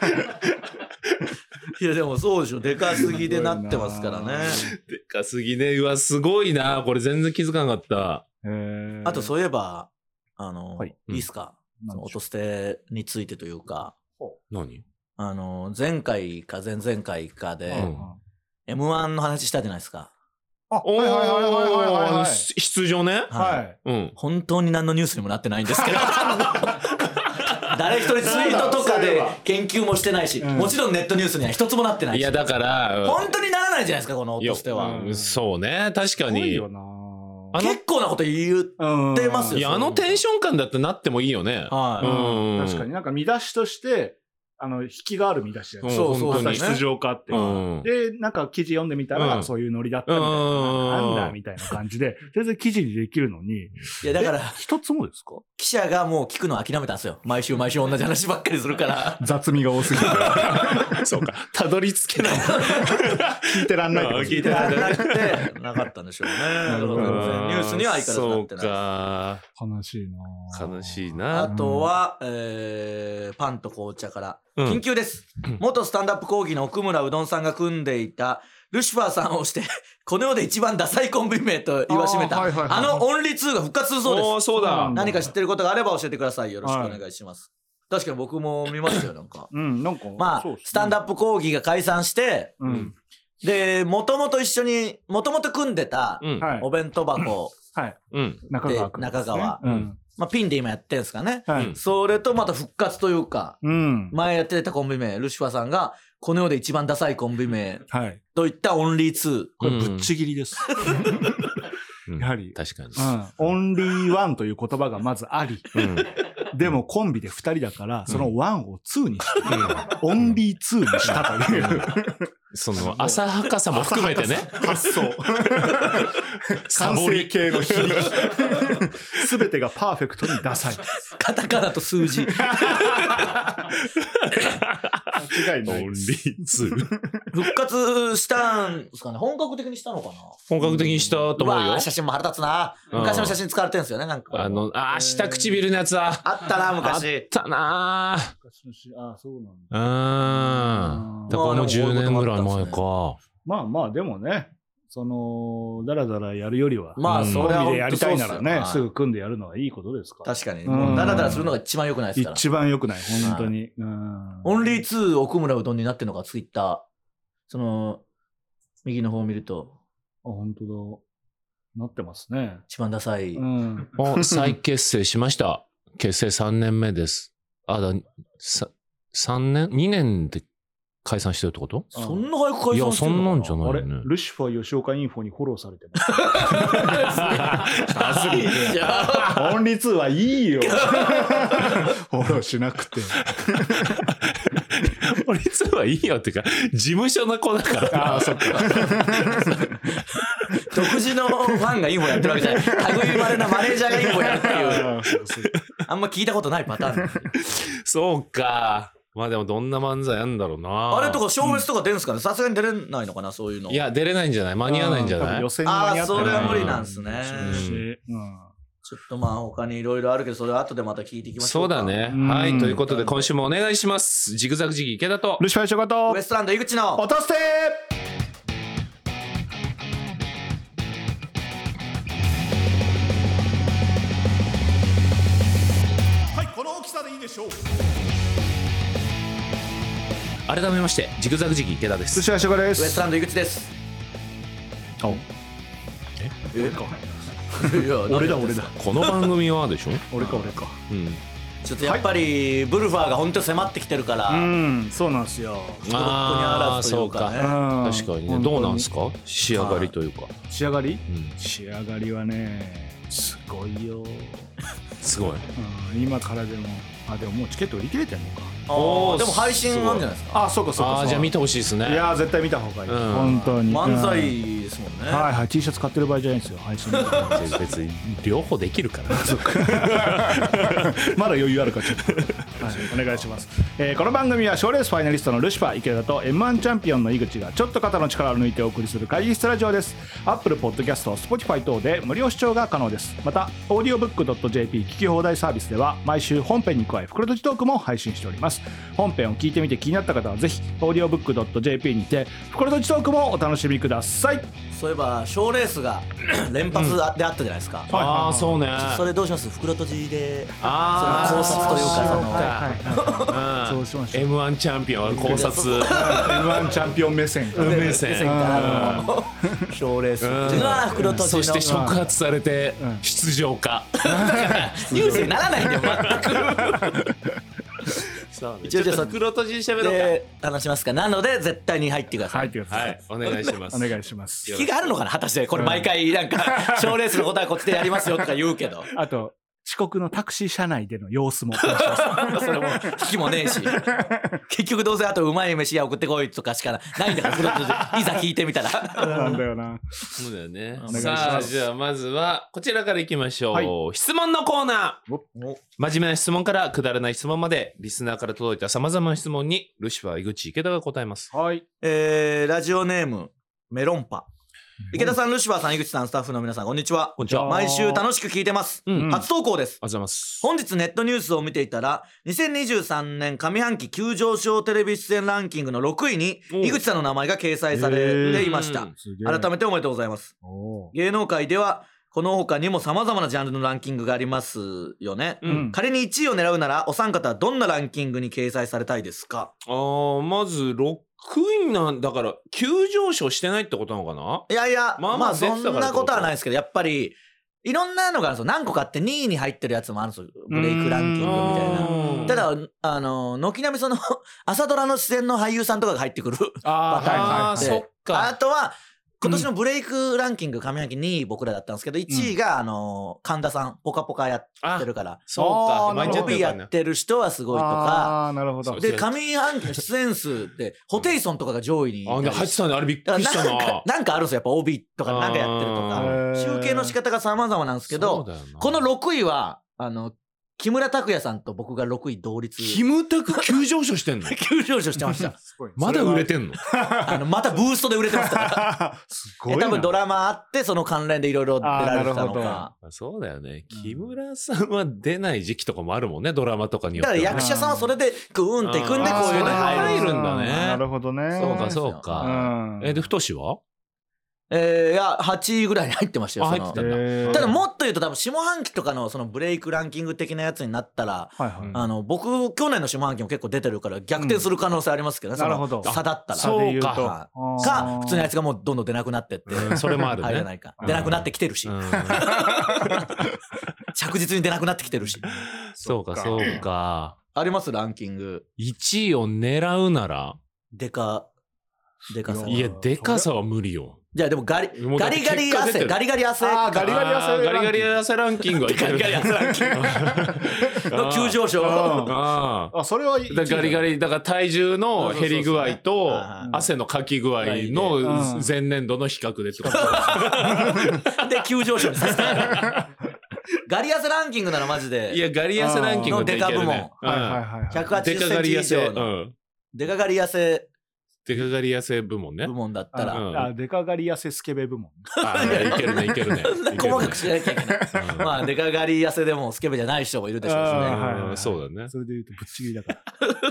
いやでもそうでしょ、でかすぎでなってますからね。 でかすぎね。うわ、すごいな。これ全然気づかなかった。 へーあとそういえば、あの、 はいいいっすか、そのなんでしょ音捨てについてというか、 何あの、前回か前々回かで、 うんエムワン の話したじゃないですか。 あ、はいはいはいはいはいはいはい。 出場ね。 はい。 うん。 本当に何のニュースにもなってないんですけど。誰一人ツイートとかで研究もしてないし、 うんもちろんネットニュースには一つもなってないし。 いや、だから、 本当にならないじゃないですか、この音捨ては。 うんそうね。確かに。 すごいよなあの結構なこと言う。 うん出ますよいや、あのテンション感だってなってもいいよね。 はい。 うん確かになんか見出しとして、あの、引きがある見出しじゃないそうそうそう出場かっていうのは。 うんで、なんか記事読んでみたら、 うんそういうノリだったみたいな。 うんなんだみたいな感じで、全然記事にできるのに。 いや、だから、 一つもですか記者がもう聞くの諦めたんですよ。毎週毎週同じ話ばっかりするから。 雑味が多すぎて。 そうか。たどり着けない。 聞いてらんないってこと聞いてななくて、なかったんでしょうね。だから全然ニュースには相変わらずなってない。 そうか。 悲しいな悲しいあな。 とは、えー、パンと紅茶から。 うん緊急です。元スタンダップ講義の奥村うどんさんが組んでいた、ルシファーさんをして、この世で一番ダサいコンビ名と言わしめた、 あーはいはいはいあのオンリーツーが復活するそうです。 おー、そうだ。 何か知ってることがあれば教えてください。よろしくお願いします。確かに僕も見ましたよ、なんか。 うん、なんか。 まあ、 そうっすねスタンダップ講義が解散して、 うん。 で、もともと一緒に、もともと組んでたうん。 はいお。弁当箱はい。 うん。 中川君ですね。 で中川うん。 まあ、ピンで今やってんすかね。 はいうん。 それとまた復活というか、 うん。 前やってたコンビ名、ルシファーさんが、この世で一番ダサいコンビ名はい。 といったオンリーツー。 これぶっちぎりです。 うんやはり確かに。 うん。オンリーワンという言葉がまずあり。 うん。 でもコンビで二人だから、そのワンをツーにして、オンリーツーにしたという。 その、浅はかさも含めてね。 発想。完サボり。 成形の比率。すべてがパーフェクトにダサい。 カタカナと数字。 間違いないオンリです。 ーツー。 復活したんですかね。本格的にしたのかな。 本格的にしたと思うよわー。写真も腹立つな。 うん昔の写真使われてるんですよね、なんか。 あの、あー、下唇のやつだ。 あったな、 あっ昔。 たなー。 昔のしあ、そうなんだ。 うん。だからもうじゅうねんぐらい前か。 まあまあ、でもね、その、だらだらやるよりは、 まあ、 うんそれは本当コンビでやりたいならね、 そうっすよすぐ組んでやるのはいいことですから。 確かに。 うんもうダラダラするのが一番良くないですから。 一番良くない、本当に。うんオンリーツー奥村うどんになってるのがツイッター。その、右の方を見ると、 あ、本当だ。なってますね。 一番ダサい。 うん。 お、再結成しました。結成さんねんめです。あ、だ、さ、さんねん ?に 年で解散してるってことそんな早く解散してるのかいやそんなんじゃないあれねルシファー吉岡インフォにフォローされてます。 いいじゃん。 オンリーツーはいいよ。フォローしなくて。 俺いつはいいよっていうか、事務所の子だから。 ああ、そっか。 独自のファンがインフォやってるわけじゃない。類まれなマネージャーがインフォやるっていう。 あーそうそうあんま聞いたことないパターン。 そうか。 まあでもどんな漫才やんだろうな。 あれとか、ショーフェスとか出るんですかね、さすがに出れないのかな、そういうの。 いや、出れないんじゃない？間に合わないんじゃない？ 予選に間に合ってない。 あーそれは無理なんすねうんうんちょっとまあ他にいろいろあるけど、それは後でまた聞いていきましょか。 そううだね。 うんはい。ということで、今週もお願いします。ジグザグジギー池田と。 ルシファー翔子とウエストランド井口の落としてはい、この大きさでいいでしょう。 改めまして、ジグザグジギー池田でルす。 シファー翔子でウエストす。 ランド井口です。 おえいや俺だ俺だこの番組はでしょ？ 俺か俺か。 うん。 ちょっとやっぱりブルファーが本当に迫ってきてるから、 うん、そうなんですよ。 孤独にあらずというかね。 うん確かにね。どうなんすか？仕上がりというか。 仕上がり？ うん。 仕上がりはね、すごいよ。 すごい。 うん、今からでも、あ、でももうチケット売り切れてんのか。 あおーーでも配信あるんじゃないですか。 あ、そうかそうか。 ああ、じゃあ見てほしいですね。 いやー絶対見た方がいい。 うん本当に。 漫才うんですもんね。 はいはい、T シャツ買ってる場合じゃないんですよ。配信で別に両方できるから。 まだ余裕あるからちょっと、はい、お願いします、えーこの番組は賞レースファイナリストのルシファー池田と エムワン チャンピオンの井口がちょっと肩の力を抜いてお送りする会議室ラジオです。 Apple Podcast、Spotify 等で無料視聴が可能です。また オーディオブックドットジェーピー 聞き放題サービスでは毎週本編に加え袋とじトークも配信しております。本編を聞いてみて気になった方はぜひ オーディオブックドットジェーピー にて袋とじトークもお楽しみください。 そういえば賞レースが連発であったじゃないですか。 ああ、そうね。 それどうします？袋とじであその考察というかそのはいうんそうしましょう。 エムワン チャンピオン考察。 エムワン チャンピオン目線。 目目線線。 からの賞レースっていうのは袋とじのそして触発されて出場か。 ニュースにならないんだよ全く。 そうね。 一応じゃあちょっと黒とじしゃべろうで話しますか。なので絶対に入ってください。 入ってくだか。 さ。 はいい、お願いします。 お願いします。 引きがあるのかな果たしてこれ毎回なんか賞レースのことはこっちでやりますよとか言うけどあと遅刻のタクシー車内での様子もお願いしますそれも引きもねえし結局どうせあとうまい飯屋送ってこいとかしかないんだから袋とじいざ聞いてみたらそうなんだよな。 そうだよねお願い。しさあ、 ますじゃあまずはこちらからいきましょう。 はい質問のコーナー。 お真面目な質問からくだらない質問までリスナーから届いた様々な質問にルシファー井口池田が答えます。 はい。 えー、ラジオネームメロンパ。池田さん、ルシファーさん、井口さん、スタッフの皆さんこんにちは。 こんにちは。あ毎週楽しく聞いてます。 うん初投稿です。 りがとうございます。 本日ネットニュースを見ていたらにせんにじゅうさんねん上半期急上昇テレビ出演ランキングのろくいにおう井口さんの名前が掲載されていました。 うんすげえ改めておめでとうございます。 おー芸能界ではこの他にも様々なジャンルのランキングがありますよね。 うん仮にいちいを狙うならお三方はどんなランキングに掲載されたいですか？ あーまずろくいなんだから急上昇してないってことなのかな。 いやいや、まあまあまあそ出てたからんなことはないですけど、やっぱりいろんなのがあるんですよ。何個かあってにいに入ってるやつもあるんですよ。ブレイクランキングみたいな。 うんただ、あの、軒並みその朝ドラの出演の俳優さんとかが入ってくる。 あーはいはいあーはい。 そっかあとは、今年のブレイクランキング上半期にい僕らだったんですけど、いちいが、あの、神田さん、ポカポカやってるから、 そうか。 あーなるほど毎日やってるからね帯やってる人はすごいとか、 ああ、なるほどそう。 で、上半期の出演数って、ホテイソンとかが上位にいたりあ、で入ってたね。あれびっくりしたなんかな。 なんかあるんですよ。やっぱ帯とかなんかやってるとかあー。 集計の仕方が様々なんですけそうど、 だよなこのろくいは、あの、木村拓哉さんと僕がろくい同率。 キムタク急上昇してんの急上昇してました。 すごいまだ売れてんの。 あの、またブーストで売れてますから。 すごいな。 え多分ドラマあって、その関連でいろいろ出られてたのあーなるか。 そうだよね。木村さんは出ない時期とかもあるもんね。ドラマとかによってはね。 だから役者さんはそれでグーンっていくんで、 あーこういうのに入る。 入るんだねなるほどね。 そうか、そううか。 ん。 え、で、太しはえー、いや、はちいぐらいに入ってましたよ。そのあ入ってたんだへーただもっと言うと多分下半期とかのそのブレイクランキング的なやつになったら、 はいはい。 あの、僕、去年の下半期も結構出てるから逆転する可能性ありますけどね。そのなるほど差だったら。 そう差で言うとかあーか、普通にあいつがもうどんどん出なくなってって。 うんそれもあるね入らないか。 うん出なくなってきてるしう。ん着実に出なくなってきてるし。 そうか、そうか。 ありますランキング。 いちいを狙うならデカ、デカさ。 いや、でかさは無理よ。 じゃあでもガリ、 もうだってガリガリ汗、 結果出てるガリガリ汗。 あーガリガリ汗あーガリガリ汗ランキングはいける。 ガリガリ汗ランキングの急上昇。 うんああ。 あ、それはいい。 だからガリガリ、だから体重の減り具合とそうそうそうそう汗のかき具合のうん前年度の比較でってこと。 で、急上昇にさせた。 ガリ痩せランキングならマジでいや、ガリ痩せランキングでいけるね。 はいはいはいはい。 ひゃくはちデカじゅっセンチ以ガリ痩せ。 上のうん。 デカガリ痩せデカガリ痩せ部門ね部。門だったら、 うんあ、デカガリ痩せスケベ部門。 あーいけるね、いけるね。 そんな細かくしなきゃいけない。 うんまあデカガリ痩せでもスケベじゃない人もいるでしょうしね。 あーはいはいはいそうだね。 それで言うとぶっちぎりだから。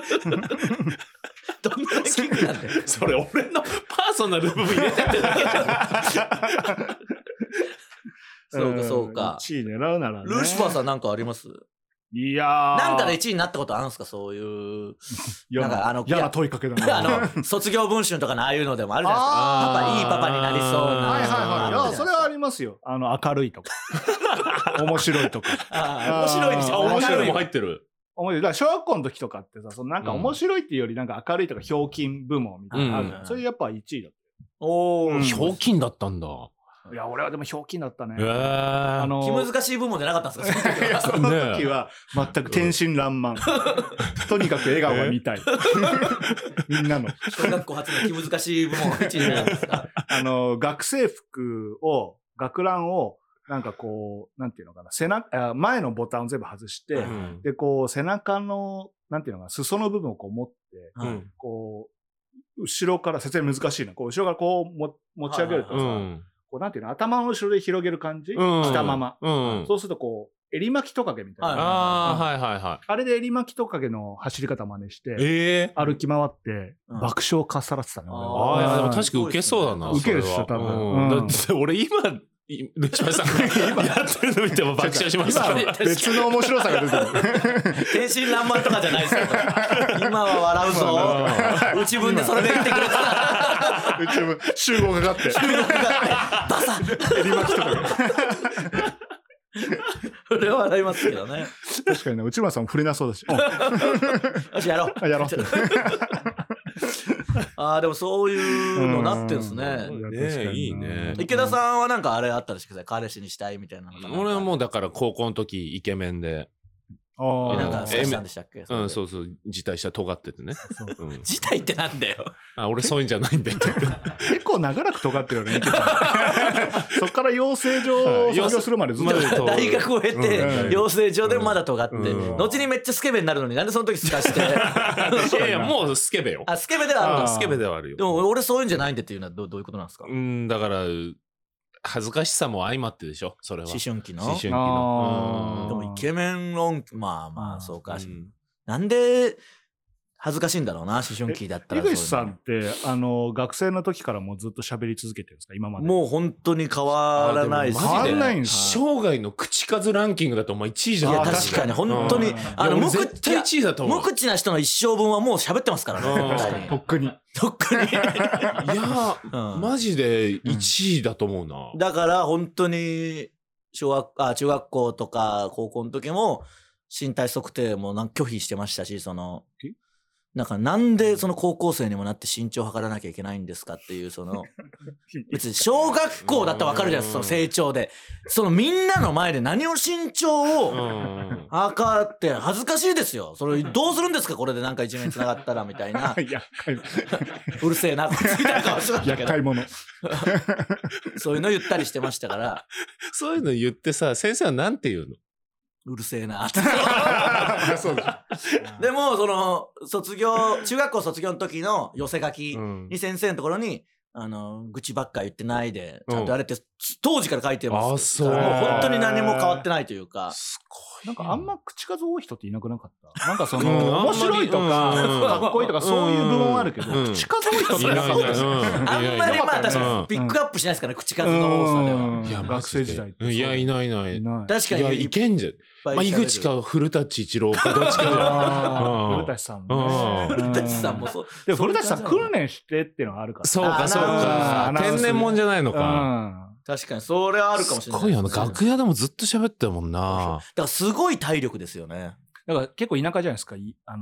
どんなランキングなんだよ。 それ俺のパーソナル部分入れてってだけじゃん。 そうかそうかいちい狙うならね。 ルーシファーさんなんかあります？ いやー。 なんかでいちいになったことあるんですか？そういう嫌ななんかあの嫌な問いかけだな。 あの卒業文春とかのああいうのでもあるじゃないですか。 あーパパいいパパになりそうな。 はいはいはい。いや、それはあり。 りますよ。あの、明るいとか。面白いとか。 あー面白いですよ。 あー面白いも面白いも入ってる。 面白い。だから小学校の時とかってさ、そのなんか面白いっていうよりなんか明るいとかひょうきん部門みたいなのあるじゃん。 うんそれやっぱいちいだっおーうんひょうきんだったんだ。 た。いや、俺はでもひょうきんだったね。 へーあの気難しい部門じゃなかったんですか？その時はその時は全く天真爛漫。とにかく笑顔が見たい。みんなの。 小学校初の気難しい部門いちいになるんですか？ あの、学生服を、学ランを、なんかこう、なんていうのかな、背中、あ前のボタンを全部外して、 うんで、こう、背中の、なんていうのかな、裾の部分をこう持って、 はいうんこう、後ろから、説明難しいな、こう、後ろからこうも持ち上げるとさ、 うん。 こう、なんていうの、頭の後ろで広げる感じ、 うん着たまま。 うん。 そうするとこう、襟巻きトカゲみたいな。 はいああ、はいはいはい。 あれで襟巻きトカゲの走り方真似して、 ええ。 歩き回って、 うん爆笑をかっさらってたね、俺あは。 ああ、いやでもうん確か受けそうだな。 受けるっしょそれは多分うんうんだって俺今、いルシファーさんがやってるの見ても爆笑しました今ね。 別の面白さが出てる。 天真爛漫とかじゃないですよ。今は笑うぞ。内分でそれで言ってくれたら。 うちも集合かかって。 バサッ襟巻きとかね。 それは笑いますけどね。 確かにね、内村さんも触れなそうだし。 よし、やろう。 あやろう。 ああ、でもそういうのなってんすね。 うんねえいいね池田さんはなんかあれあったらしくて、彼氏にしたいみたいなのが。 俺はもうだから高校の時イケメンで、 ああ。 なんか、 えしたんでしたっけ？ うん、そうそう、辞退した尖っててね。うん自体ってなんだよ。 あ、俺そういうんじゃないんだよ。 結構長らく尖ってるよね、池さんそっから養成所を卒業するまでずっと。 まだ大学を経て、 うん養成所でまだ尖って、 うん後にめっちゃスケベになるのになんでその時すかして。 いやいや、もうスケベよ。 あ、スケベではあるんだ。 あースケベではあるよ。 でも俺そういうんじゃないんでっていうのはどうどういうことなんですか？ うん、だから、恥ずかしさも相まってでしょ、それは。 思春期の。 思春期あの。 ーでもイケメン論、まあまあ、 うんそうか。 うんなんで恥ずかしいんだろうな、思春期だったら。 井口さんって、あの、学生の時からもうずっと喋り続けてるんですか、今まで。 もう本当に変わらないですあでもマジで変わんないんです生涯の口数ランキングだとお前いちいじゃん。 いや、 あー確かに、本当にうん、 あの、 いや無口俺絶対いちいだと思う。 無口な人の一生分はもう喋ってますからね、 うん絶対にとっくに。 とっくに。 いやー、 うんマジでいちいだと思うな。 だから、本当に、小学、あ、中学校とか高校の時も、身体測定もなん拒否してましたし、そのえ、 なんかなんでその高校生にもなって身長を測らなきゃいけないんですかっていう、その、別に小学校だったらわかるじゃないですか、その成長で。そのみんなの前で何を身長うをん。 測って恥ずかしいですよ。それどうするんですかこれでなんか一面繋がったらみたいな。 厄介、 うるせえな、こいつみたいな顔してましたけど。 厄介者。 そういうの言ったりしてましたから、 そういうの言ってさ、先生はなんて言うの？ うるせえなって。 そうだ。 でも、その、卒業、中学校卒業の時の寄せ書きうんに先生のところに、あの、愚痴ばっか言ってないで、ちゃんとやれて、当時から書いてます。 あそうもう本当に何も変わってないというか。 すごい。 なんかあんま口数多い人っていなくなかったなんかそうんの、面白いとうんか、かっこいいとかそういう部門はあるけど、 うん口数多い人っていなかったですないいないうんあんまりまあ確かうんにピックアップしないですからね、口数の多さでは。 うんいや、 学生時代ってそういや、いないいない。 いない。 いや、 確かにいけんじゃん。まあ、井口か古舘一郎かどっちかじゃん。 あーうん古舘さんもね。 うん古舘さんもそう。 でも古舘さんそういう感じなの訓練してっていうのがあるから。 そうか、そうかア。ナウンス天然もんじゃないのうか。 ん。 確かに、それはあるかもしれない。 すごいよな。楽屋でもずっと喋ってたもんな。 だからすごい体力ですよね。 だから結構田舎じゃないですか。いあの、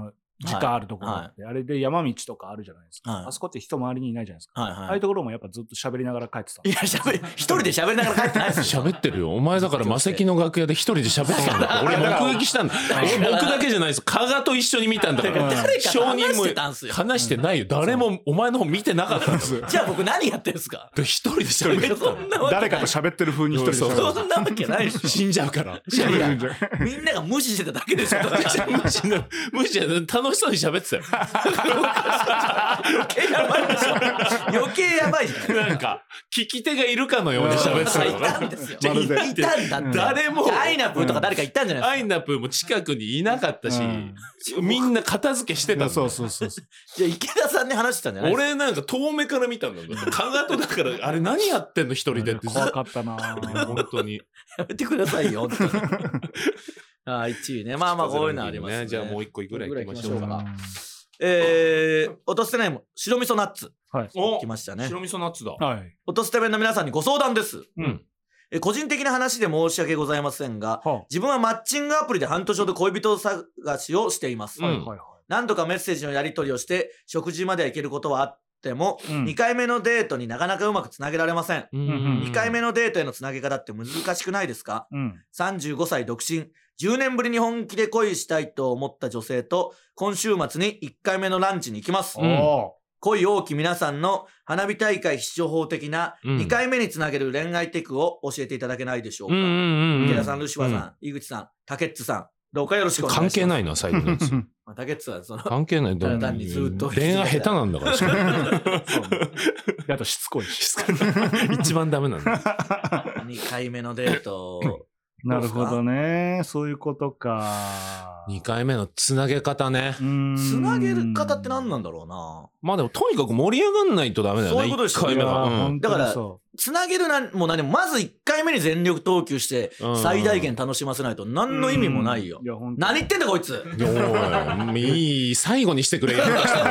時間あるところはいで、あれで山道とかあるじゃないですか。 はいあそこって人周りにいないじゃないですか。 はいはいああいうところもやっぱずっと喋りながら帰ってた。 いや、喋り、一人で喋りながら帰ってないですよ。 喋ってるよ。お前だから魔石の楽屋で一人で喋ってたんだ。俺目撃したんだ。俺僕だけじゃないです。加賀と一緒に見たんだから。 誰かと証人も話してたんすよ。 話してないよ。誰もお前の方見てなかったんだよ。 じゃあ僕何やってんすか？ 一人で喋ってたそんなわけ誰かと喋ってる風に一人でそう喋る。 そんなわけないでしょ。 死んじゃうから。 いやいやみんなが無視してただけですよ。 無視の無視じゃない楽しそうに喋ってたよ。 余計やばいでしょ。余計やばいじゃないですか。 なんか聞き手がいるかのように喋ってたいよたんですよ。 まるでいたんだって。 誰もアイナプーとか誰か言ったんじゃないアイですナプーも近くにいなかったし、 うんみんな片付けしてたんだよ。 そうそうそうそう。 か。じゃあ池田さんに話してたんじゃないですか。 俺なんか遠目から見たんだよ。加賀とだからあれ何やってんの一人でってずっ怖とかったな本当に。 やめてくださいよ。本当にあ、いちいね。まあまあこういうのありますね。 じゃあもう一個ぐらい行きましょうか。 えー、落としてないもん白味噌ナッツはい。 お来ましたね。 白味噌ナッツだ。 はい。 落とすてめの皆さんにご相談です。 うん。 え個人的な話で申し訳ございませんが、 は自分はマッチングアプリで半年ほど恋人探しをしています。 うんはいはいはい。 何度かメッセージのやり取りをして食事までは行けることはあっても、 うんにかいめのデートになかなかうまくつなげられません。 うんにかいめのデートへのつなげ方って難しくないですか？ うん。 さんじゅうごさい独身、じゅうねんぶりに本気で恋したいと思った女性と今週末にいっかいめのランチに行きます。 うんお恋多き皆さんの花火大会必勝法的なうんにかいめにつなげる恋愛テクを教えていただけないでしょうか。 うんうんうん。 池田さん、ルシファーさん、井口さん、竹内さん、どうかよろしくお願いします。 関係ないな、最後のやつ。 ー。 まあ、竹内さん、その、 関係ない。 ただ単にずっと恋愛下手なんだからしかも。 あとしつこいし。 一番ダメなんだ。 にかいめのデートを、 なるほどね。そういうことか。 にかいめのつなげ方ね。 うーんつなげる方って何なんだろうな。 まあでもとにかく盛り上がんないとダメだよね。 そういうことですよいっかいめは。 いやうん本当にだからそつなげるなも何も、まずいっかいめに全力投球してうん、 最大限楽しませないと何うの意味もないよい。や、本当何言ってんだこいつ。 いやおいいい、最後にしてくれよ。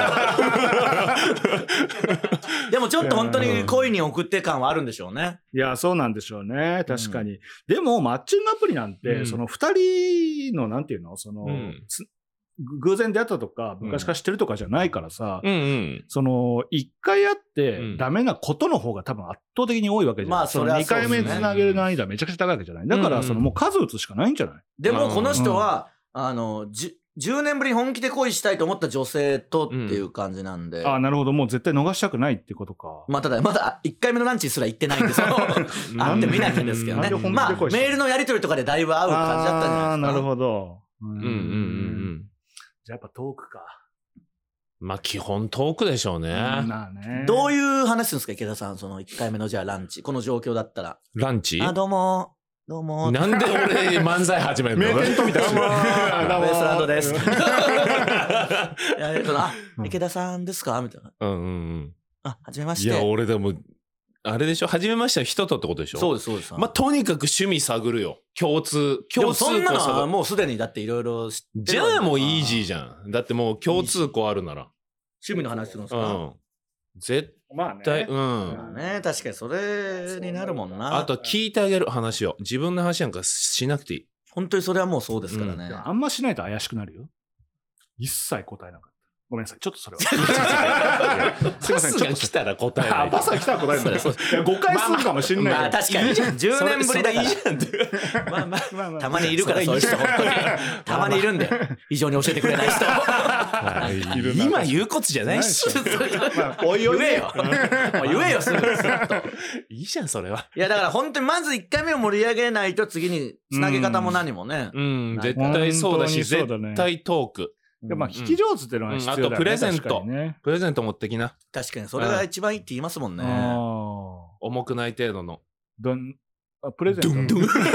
でもちょっと本当に恋に送って感はあるんでしょうね。 いや、そうなんでしょうね。確かに。でも、マッチングアプリなんて、 うんその二人の、なんていうのその、 うんつ偶然出会ったとか、昔から知ってるとかじゃないからさ、 うんうん。 その、一回会っうてんダメなことの方が多分圧倒的に多いわけじゃん。 まあそれは二そうですね回目つなげる難易度はめちゃくちゃ高いわけじゃない。だから、 うんその、もう数打つしかないんじゃない？ でもこの人は、あの、じじゅうねんぶりに本気で恋したいと思った女性とっていう感じなんで。 ああ、なるほど。もう絶対逃したくないってことか。 まあただ、まだいっかいめのランチすら行ってないんで、その、会ってみなきゃですけどねなんで本。気でまあ、メ恋したールのやり取りとかでだいぶ会う感じだったんじゃないですか。 ああ、なるほど。ううんうんうんうん。 じゃあやっぱトークか。 まあ基本トークでしょうね。 まあね。 どういう話するんですか、池田さん。そのいっかいめのじゃあランチ。この状況だったら。 ランチあ、どうも。どうも。 なんで俺漫才始めるの名店とみたいどうもな。 ウエストランドです。いうんやそのあ、池田さんですかみたいな。 うんうんうん。 あ、はじめまして。 いや、俺でも、あれでしょ初めましての人とってことでしょそうです、そうです。 まあ、とにかく趣味探るよ。共通。 でも共通そんなのは項もうすでにだっていろいろ知ってじるわけゃあもうイージーー。 じゃん。だってもう共通項あるなら。 趣味の話するんですか、 うん。絶まあね。 対、うまあん。 ね、確かにそれになるもんな。 あと聞いてあげる話を。自分の話なんかしなくていい。 本当にそれはもうそうですからね。 いやあんましないと怪しくなるよ。一切答えなかった。ごめんなさい。ちょっとそれは。すいません。ちょっとパスが来たら答えない。 あ、パスが来たら答えるんだ。 そういや誤解するかもしんないまあけど。 確かに。じゅうねんぶりだから。 それいいじゃんって。 まあまあ、 まあまあたまにいるからそういう人、本当に。たまにいるんで、非常に教えてくれない人。 はいいるな今言うことじゃないし。 まあ、おいおいね言えよ。もう言えよ、すぐ。ずっといいじゃん、それは。 いや、だから本当にまずいっかいめを盛り上げないと次につなげ方も何もね。 うん、絶対そうだし、 本当にそうだね絶対トーク。 いやまあ、聞き上手っていうのは必要だよね。 うんあとプレゼント確かにね。 プレゼント持ってきな。 確かにそれが一番いいって言いますもんね。 ああ。 重くない程度の。 どん、あ、プレゼント。 なんで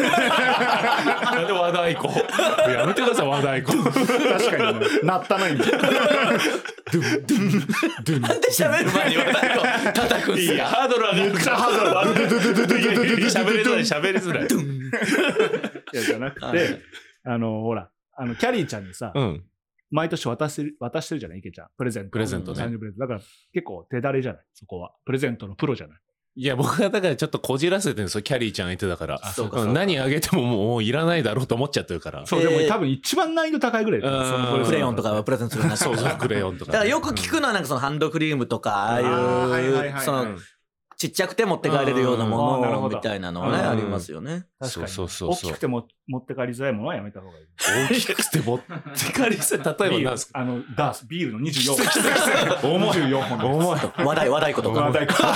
和太鼓やめてください、和太鼓。 確かにね。鳴ったないんだ。 なんで喋る前に和太鼓叩くんすいや、ハードル上がる。めっちゃハードル上がる。喋りづらい、喋りづらい。 いや、じゃなくはいて、あの、ほら、あの、キャリーちゃんにさ、 うん。 毎年渡してる、渡してるじゃない池ちゃん。プレゼント。 プレゼントね誕生日プレゼント。だから結構手だれじゃないそこは。プレゼントのプロじゃないいや、僕はだからちょっとこじらせてるんですよ、キャリーちゃん相手だから。 そうかそうかうん何あげてももういらないだろうと思っちゃってるから。 そう、 えーでも多分一番難易度高いぐらいだようんそのプレゼントクレヨンとかはプレゼントするようになってそうそう、 るからクレヨンとか。 だからよく聞くのはなんかそのハンドクリームとかああいあーはいはいはいはういそのちっちゃくて持って帰れるようなもうんあーなるほどのみたいなのはねうんありますよね。 確かにそうそうそうそう大きくても持って帰りづらいものはやめた方がいい。 大きくて持って帰りせ、例えばビール何ですか？ あのダースビールのにじゅうよんほんにじゅうよんほんの重い。 話題話題ことかまあ大根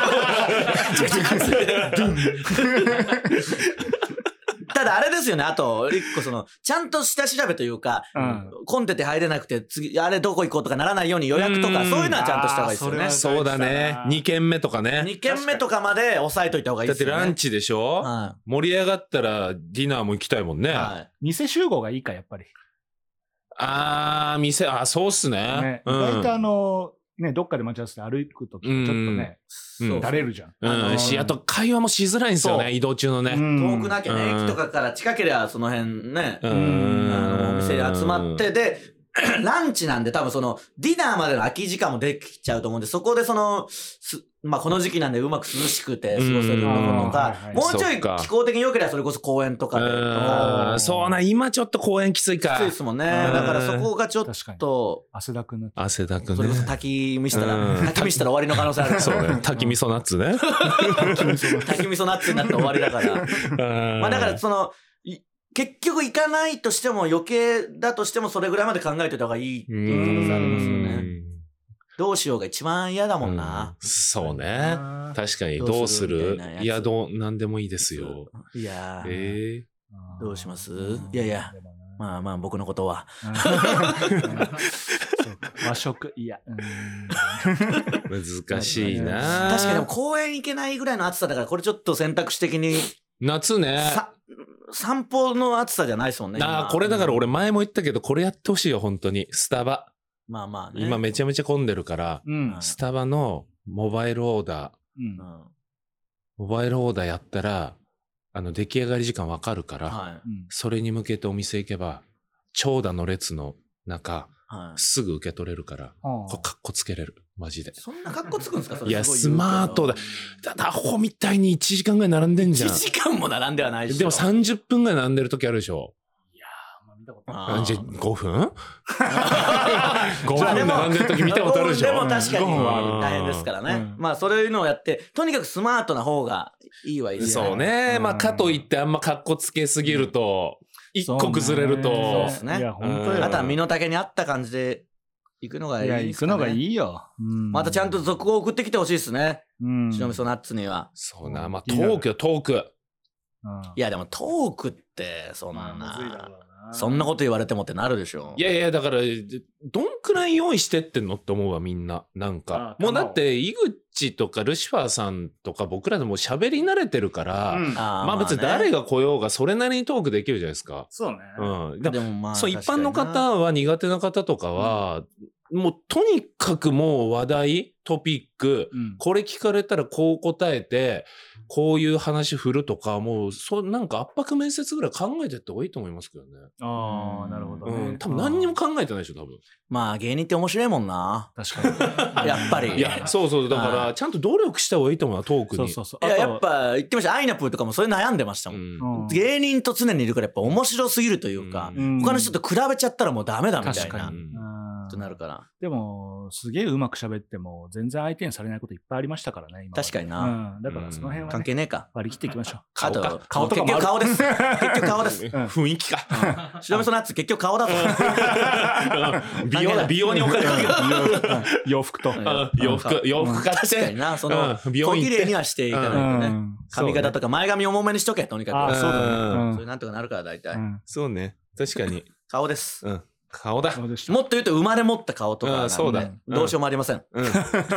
ただあれですよねあと一個そのちゃんと下調べというかうんコンテで入れなくて次あれどこ行こうとかならないように予約とうんかそういうのはちゃんとした方がいいですよねあー。 そうだね。に軒目とかね。 に軒目とかまで押さえといた方がいいだってですよね。 ランチでしょは盛り上がったらディナーも行きたいもんね。 いは店集合がいいかやっぱりあー、店、あ、そうっすねね。意うん外とあのねどっかで待ち合わせて歩くときちょっとねうんそうだれるじゃん。 うん、し、あと会話もしづらいんですよそうね、移動中のね。 遠くなきゃねうん駅とかから近ければその辺ねうあのお店に集まってでランチなんで多分そのディナーまでの空き時間もできちゃうと思うんでそこでそのすまあこの時期なんでうまく涼しくて過ごせるのうんとかはいはいもうちょいそっか気候的に良ければそれこそ公園とかでとうかん、そうな、今ちょっと公園きついかきつい。ですもんねうんだからそこがちょっ確かにと汗だくになって汗だくそれこそね。 滝見したらうん滝見したら終わりの可能性あるそうね。滝味噌ナッツね。 滝味噌ナッツになって終わりだからまあだからそのい結局行かないとしても余計だとしてもそれぐらいまで考えておいた方がいいっていう可能性ありますよね。どうしようが一番嫌だもんな。 うんそうね。 あー確かに、 どうするどうするみたいなやついや、どう、なんでもいいですよ。 いやー、 ええどうしますいやいやまあまあ僕のことは。 うんそうか和食いやうん難しいな。 確かにでも公園行けないぐらいの暑さだからこれちょっと選択肢的に夏ね。 さ散歩の暑さじゃないですもんね。 ああ、 今これだから俺前も言ったけど、これやってほしいよ、本当に。スタバ。 まあまあね。 今めちゃめちゃ混んでるから、 うんスタバのモバイルオーダー、 うんうんモバイルオーダーやったら、あの、出来上がり時間わかるから、 はうんそれに向けてお店行けば、長蛇の列の中、 いはい。 すぐ受け取れるから、 はあこれカッコつけれる。マジで。 そんな格好つくんですかそれいや、スすご言うけどマートだ。だだ、アホみたいにいちじかんぐらい並んでんじゃんいち。じかんも並んではないし。 でもさんじゅっぷんぐらい並んでる時あるでしょ。 あんま見たことないあーじゃあごふん ?ご 分並んでる時見たことあるでしょ。 でも確かにごふんはある大変ですからね。 うんまあそういうのをやって、とにかくスマートな方がいいはいいですよそうね。 うんまあ、かといってあんまカッコつけすぎると、一個崩れるそうとそうっ、すねいや本当うんよあとは身の丈に合った感じで行くのがいいやいですかね。 行くのがいいようんまたちゃんと続報を送ってきてほしいですね。 うん白味噌ナッツには。 そうな。まあ、 気になるトークよ、トーク。 うんいやでもトークって、そんまあむずいだな、 ろうなそんなこと言われてもってなるでしょ。 いやいや、だから、どんくらい用意してってんのって思うわ、みんな。なんか。 あもうだって、井口とかルシファーさんとか僕らでも喋り慣れてるから、 うんあーまあ別にね誰が来ようがそれなりにトークできるじゃないですか。 そうねうん。でもでもまあ、 そう、一確かにな般の方は苦手な方とかは、もうとにかくもう話題、トピック、 うんこれ聞かれたらこう答えて、こういう話振るとか、もう、そう、なんか圧迫面接ぐらい考えてった方がいいと思いますけどね。 ああなるほどねうん。多分何にも考えてないでしょ、多分。 まあ芸人って面白いもんな。 確かにやっぱり。 いや、そうそう。だかはら、ちゃんと努力した方がいいと思うな、トークに。 そうそうそういや、 あとやっぱ言ってました。アイナプーとかもそれ悩んでましたもん。 うんうん芸人と常にいるからやっぱ面白すぎるというか、 うん他の人と比べちゃったらもうダメだみたいな確かにうんとなるから。 でもすげえうまく喋っても全然相手にされないこといっぱいありましたからね今まで確かになうんだからその辺はね関係ねえか。 割り切っていきましょうあと顔か顔とかも結ある局顔です。結局顔です。 うん雰囲気か。 白味噌ナッツ結局顔だぞ。 美容だ、美容にお金かける。 洋服とうん洋服、洋服買っ確かにて。 な、その、 うん美容小綺院行って麗にはしていかないとね。 うん髪型とか前髪重めにしとけ、とにかく。 ああそうだねうんそれなんとかなるから大体う。んそうね。確かに。 顔です。 うん。顔だ。 そうでしたもっと言うと生まれ持った顔とかなんでうんそうだねどうしようもありません。 うん。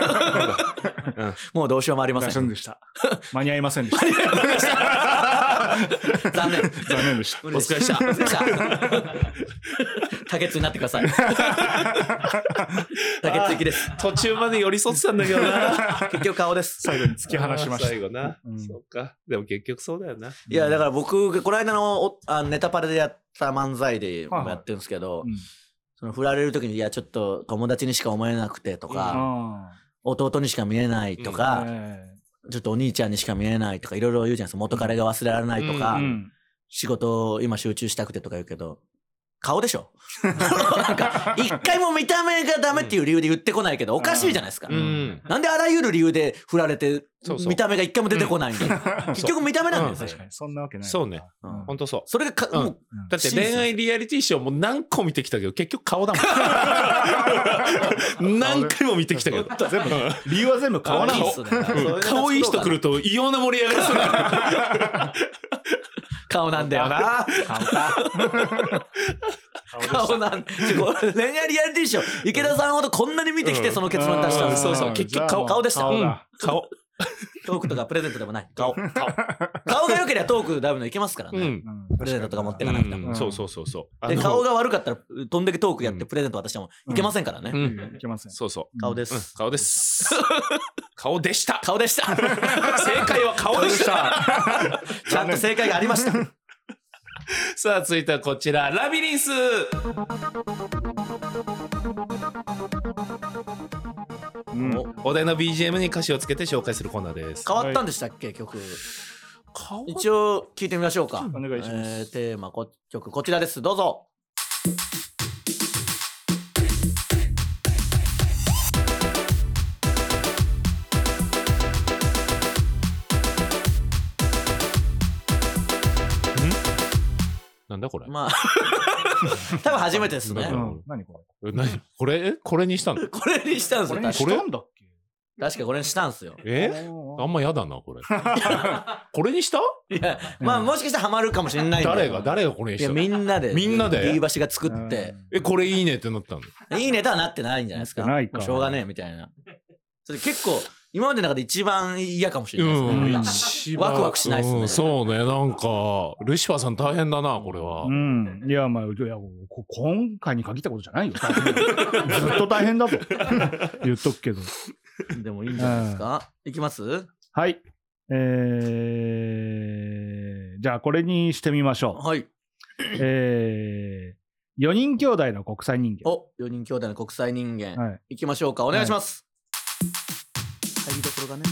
もうどうしようもありません。 すいませんでした間に合いませんでした残念。 残念でしたお疲れでした。お疲れでした。竹津になってください。竹津行きです。 途中まで寄り添ってたんだけどな。 結局顔です。 最後に突き放しました最後な。 うんそうか。でも結局そうだよな。 いや、だから僕、この間のおあネタパレでやった漫才でもやってるんですけど、 うんその振られる時に、いや、ちょっと友達にしか思えなくてとか、 あ弟にしか見えないとあか、 えちょっとお兄ちゃんにしか見えないとかいろいろ言うじゃないですか。元彼が忘れられないとか、 うんうん仕事を今集中したくてとか言うけど、顔でしょなんか一回も見た目がダメっていう理由で言ってこないけどおかしいじゃないですか、 うん、 なんであらゆる理由で振られてそうそう見た目が一回も出てこないんだよ、うん、結局見た目なんですよ、 確かにそんなわけない。 そうね、 うん、 ほんとそう。 それがか、 うん、 もうだって恋愛リアリティショーも何個見てきたけど結局顔だもん何回も見てきたけど全部理由は全部顔なんですね。 顔いい人来ると異様な盛り上がりする顔なんだよな。 顔か。 顔なん恋愛リアリティショー池田さんほどこんなに見てきてその結論出した、 うん、そうそう結局顔顔でした。 顔、 うん、顔トークとかプレゼントでもない顔顔顔が良ければトークダブルのいけますからね、うん、プレゼントとか持ってかなくても、 うん、そうそうそうそうで顔が悪かったら飛んでけトークやってプレゼント渡してもいけませんからね、 うんうん、いけません。 そうそう顔です、 うん、顔です顔でした顔でした正解は顔でしたちゃんと正解がありましたさあ続いてはこちらラビリンス。うん、お題の ビージーエム に歌詞をつけて紹介するコーナーです。 変わったんでしたっけ、はい、曲一応聞いてみましょうか。 お願いします、 えー、テーマこ曲こちらです。どうぞ。 なんだこれ。 まあ多分初めてですね。 うん、何これ。何これこれにしたの。 これにしたんですよ。 これにしたんだっけ。 確かこれにしたんですよ。 え？あんまやだなこれ。これにした？ いやまあもしかしたらハマるかもしれないんで。 誰が誰がこれにした？ いやみんなでみんなで D 橋が作って。 えこれいいねってなったの？ いいねとはなってないんじゃないですか。 ないか。 しょうがねえみたいな。それ結構。今までの中で一番嫌かもしれないですね。うん、ワクワクしないですね、うん。そうね、 なんかルシファーさん大変だなこれは。 うん、いやまあいや今回に限ったことじゃないよ。ずっと大変だと言っとくけど。 でもいいんじゃないですか。いきます。 はい。えー、じゃあこれにしてみましょう。 はい。 えー、よにん兄弟の国際人間。 お、よにん兄弟の国際人間。 はい。 いきましょうか。お願いします。はい見どころがね、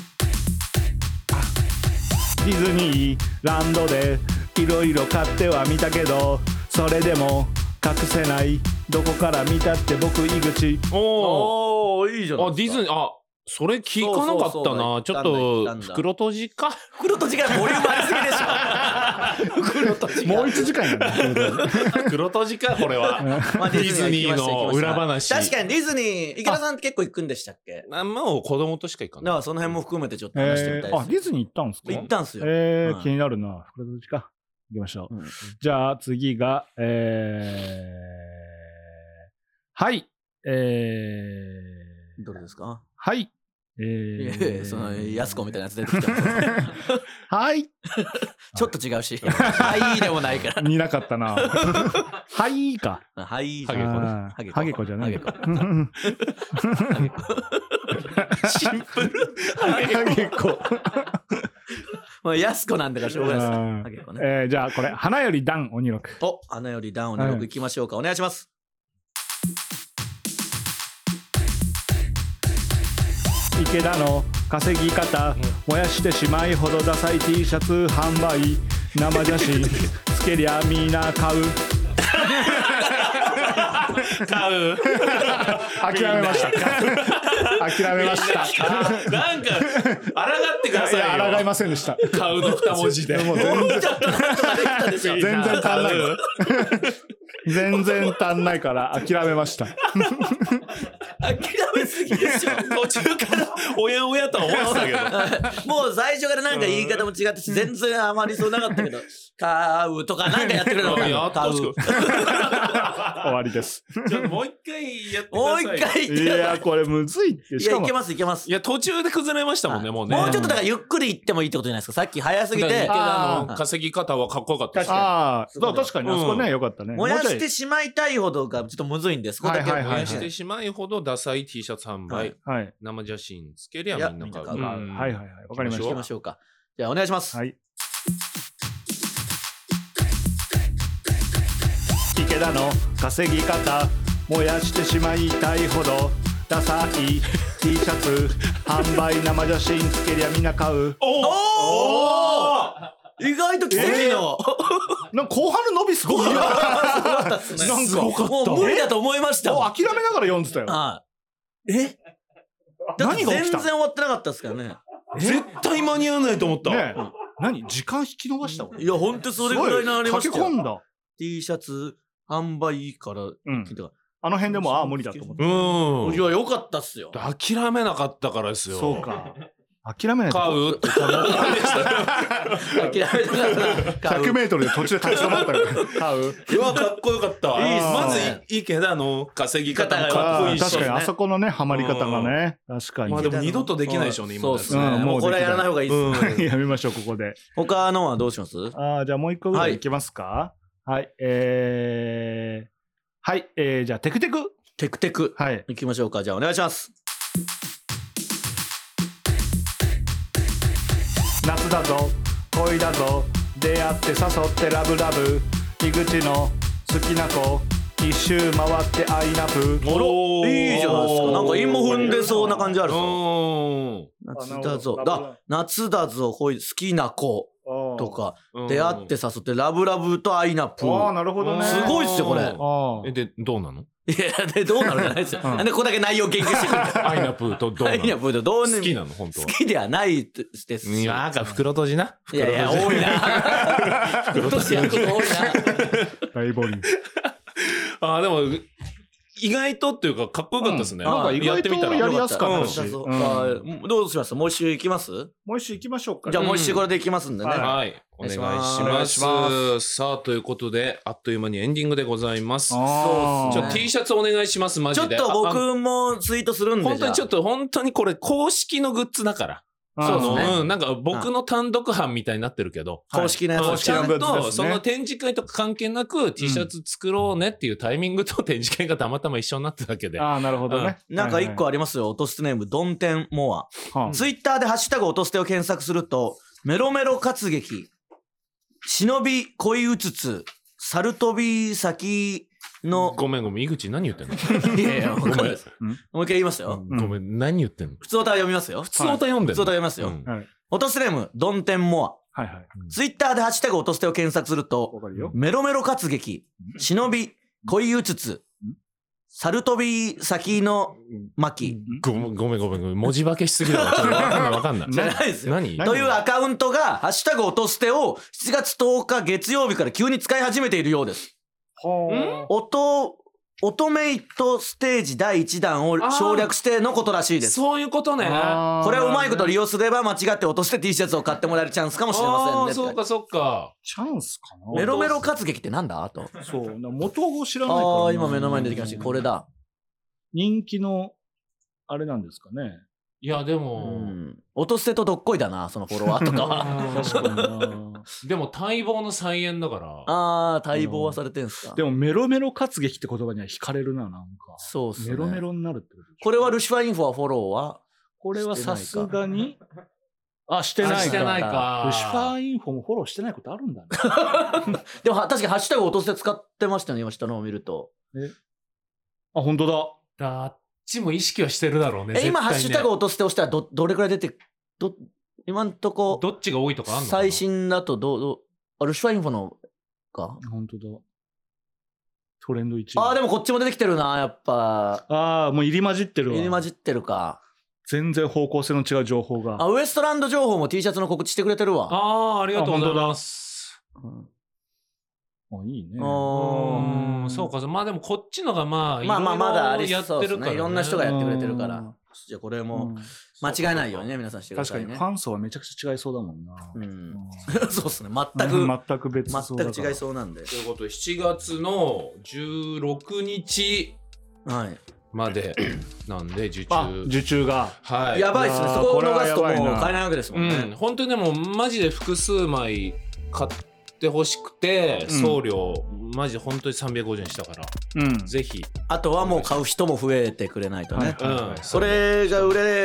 ディズニーランドでいろいろ買ってはみたけどそれでも隠せないどこから見たって僕井口。 おおいいじゃないですか。 あディズニーあそれ聞かなかったな。ちょっと袋閉じか袋閉じがボリュームありすぎでしょ袋閉じもう一時間やね袋閉じかこれは、まあ、ディズニーの裏話。 確かにディズニー池田さん結構行くんでしたっけ。 あもう子供としか行かない。 だからその辺も含めてちょっと話してみたいです、 えー、あディズニー行ったんですか。 行ったんすよ。 えーうん、 気になるな。袋閉じか行きましょう、うん、じゃあ次がえー、はいえー、どれですか。 はいえー、 いやそのやすこみたいなやつ出てきたはいちょっと違うしはいでもないから見なかったなはいかはいハゲコねハゲコじゃないハゲコシンプルハゲコまあやすこなんだからしょうがないですハゲコね、 えー、じゃあこれ花より段鬼六。 お花より段鬼六いきましょうか、はい、お願いします。 池田の稼ぎ方、燃やしてしまいほどダサい T シャツ販売、生写真つけりゃみんな買う買う諦めました諦めましたなんか抗ってくださいよ。 いや抗いませんでした。 買うの二文字でもう全然ちょっとなんとかできたでしょ。 全然足んない全然足んないから諦めました諦めすぎでしょ。 途中からおやおやとは思ってたけどもう最初からなんか言い方も違って全然あまりそうなかったけど買うとかなんかやってくれるのかな。買う終わりです。 ちょっともう一回やってください。 もう一回いやこれむずいって。 しかもいやいけますいけます。 いや途中で崩れましたもんね。もうねもうちょっとだからゆっくり行ってもいいってことじゃないですか。さっき早すぎて池田の稼ぎ方はかっこよかったし。 ああ確かにあそこねよかったね。 燃やしてしまいたいほどがちょっとむずいんです。 燃やしてしまいほどダサい T シャツ販売、はい、生写真つけりゃみんな買う。 はいはいはいわかりました。 行きましょうか。じゃあお願いします。 はい。池田の稼ぎ方燃やしてしまいたいほどダサい T T シャツ販売生写真つけりゃみんな買う。 おお意外と奇跡の、 なんか後半の伸びすごいよ。なんすごかった。 かもう無理だと思いましたもん。 諦めながら読んでたよ。 はいえだって何が起きた全然終わってなかったですからね。 絶対間に合わないと思った。 ねえ何時間引き延ばした俺。 いやほんとそれぐらいになりましたよ。 駆け込んだ。 T シャツ販売からうん聞いたかあの辺でもああ無理だと思った。 うん。 いやよかったっすよ。 諦めなかったからですよ。 そうか。諦めないと。 買うって言ったら諦めなかった買うひゃくメートルで途中で立ち止まったから買う。 うわかっこよかった。 いいっすねまずいいけどあの稼ぎ方もかっこいいし。 確かにあそこのねハマり方がね確かに。 まあでも二度とできないでしょうね今のやつそうっすね。 うんもうこれはやらない方がいいっすね。 うんやめましょうここで。 他のはどうします？ ああじゃあもう一個ぐらいいきますか。はいえーはいえーじゃあテクテクテクテクはい行きましょうか。じゃあお願いします。 夏だぞ恋だぞ出会って誘ってラブラブ井口の好きな子一周回ってアイナプあらいいじゃないですか。なんか韻も踏んでそうな感じあるぞ。 うん夏だぞあなるほどだ夏だぞ恋好きな子とかうん出会って誘ってラブラブとアイナプああー。 なるほどね。 すごいっすよこれ。 ああえでどうなの？ いやでどうなるじゃないですよ。 うんなんでここだけ内容研究してくるんですか。 アイナプーとどうアイナなの？ プーとどう好きなの本当は。 好きではないですし。 いやなんか袋閉じな。 いやいや多いな。袋閉じやること多いな。 大ボリューム。 あでも意外とっていうかかっこよかったですね。 うんなんか意外とやってみたらやりやすかったうんしそううんあどうします？もう一周行きます？ もう一周行きましょうか。 じゃあもう一周これで行きますんでね。 はいはい、お願いします。 お願いしまさあということであっという間にエンディングでございます。 あーそうっすねちょ T シャツお願いしますマジで。 ちょっとあ僕もツイートするんで。 本当にちょっと。 と本当にこれ公式のグッズだから。 そうですねのうんなんか僕の単独犯みたいになってるけど。 公式のやつはいちゃん公式のグッズですねとその展示会とか関係なく T シャツ作ろうねっていうタイミングと展示会がたまたま一緒になっただけで。 ああなるほどね。 なんか一個はありますよ。落とすネーム、ドンテンモア。 いはいはいツイッターでハッシュタグ落とす手を検索すると、メロメロ活劇、忍び恋うつつ、猿飛び先の、 ごめんごめん井口何言ってんの？ いやいや、わかんないです。 うんもう一回言いますよ。 うんごめん何言ってんの？ 普通歌読みますよ。 普通歌読んでんの？ 普通歌読みますよ。 うんはい落とすネーム、ドンテンモア。 はいはい。 ツイッターでハッシュタグ落とす手を検索すると、 わかるよ。 メロメロ活劇、忍び恋うつつ、猿飛び先の巻。 ごめんごめんごめんごめん文字化けしすぎるわ。ちょっとわかんないわかんない。 じゃないですよ。 何？ 何というアカウントが、ハッシュタグ落とす手をしちがつとおか月曜日から急に使い始めているようです。 は音、オトメイトステージだいいち弾を省略してのことらしいです。 そういうことね。 あーこれをうまいこと利用すれば間違って落として T シャツを買ってもらえるチャンスかもしれませんね。 あーそうかそうか。 チャンスかな。 メロメロ活劇ってなんだと。 そうな元を知らないからな。 ああ、今目の前に出てきました。これだ。 人気のあれなんですかね。 いやでうも、 ん。落とす手とどっこいだな、そのフォロワーとかは。 確かにな。 でも待望の再演だから。 ああ、待望はされてんすか。 でもメロメロ活劇って言葉には惹かれるななんか。 そうっすね。 メロメロになるってことでしょ。 これはルシファーインフォはフォローはこれはさすがにあしてないか。 あしてないか。 ルシファーインフォもフォローしてないことあるんだね。 でもは確かにハッシュタグ落とす手使ってましたね、今下のを見ると。 あ本当だ。 あっちも意識はしてるだろうね。 え、今、 絶対ねハッシュタグ落とす手押したらど、どれくらい出て、ど、今んとこ、 どっちが多いとかあんのかな？ 最新だとどう、どう、あ、ルシファーインフォのか。 本当だ。トレンドいちい。 ああ、でもこっちも出てきてるな、やっぱ。 ああもう入り混じってるわ。 入り混じってるか。 全然方向性の違う情報が。 あ、ウエストランド情報も T シャツの告知してくれてるわ。 ああ、ありがとうございます。 うんあいいね。 うあん、そうか。まあでもこっちのがまあ、 まあまあまだありいろいろやってそうですね。 るからね。 いろんな人がやってくれてるかうらん。 じゃあこれうもん間違えないようにね、皆さんしてくだ確かにさいね。 ファン層はめちゃくちゃ違いそうだもんな。 う。 うんんそうですね。全全く、 く全く別そうだから全く違いそうなんで。 ということで、しちがつのじゅうろくにちはい。 までなんで、受注。 あ受注が。 はい。 やばいっすね。 いやーそこを逃すともうこれはやばいな買えないわけですもんうん、 ね。 本当にでもマジで複数枚買ってほしくて、 うん送料マジで本当にさんびゃくごじゅうえんしたから、 うん。 ぜひ、 あとはもう買う人も増えてくれないとね。 はいうん、 それが売れ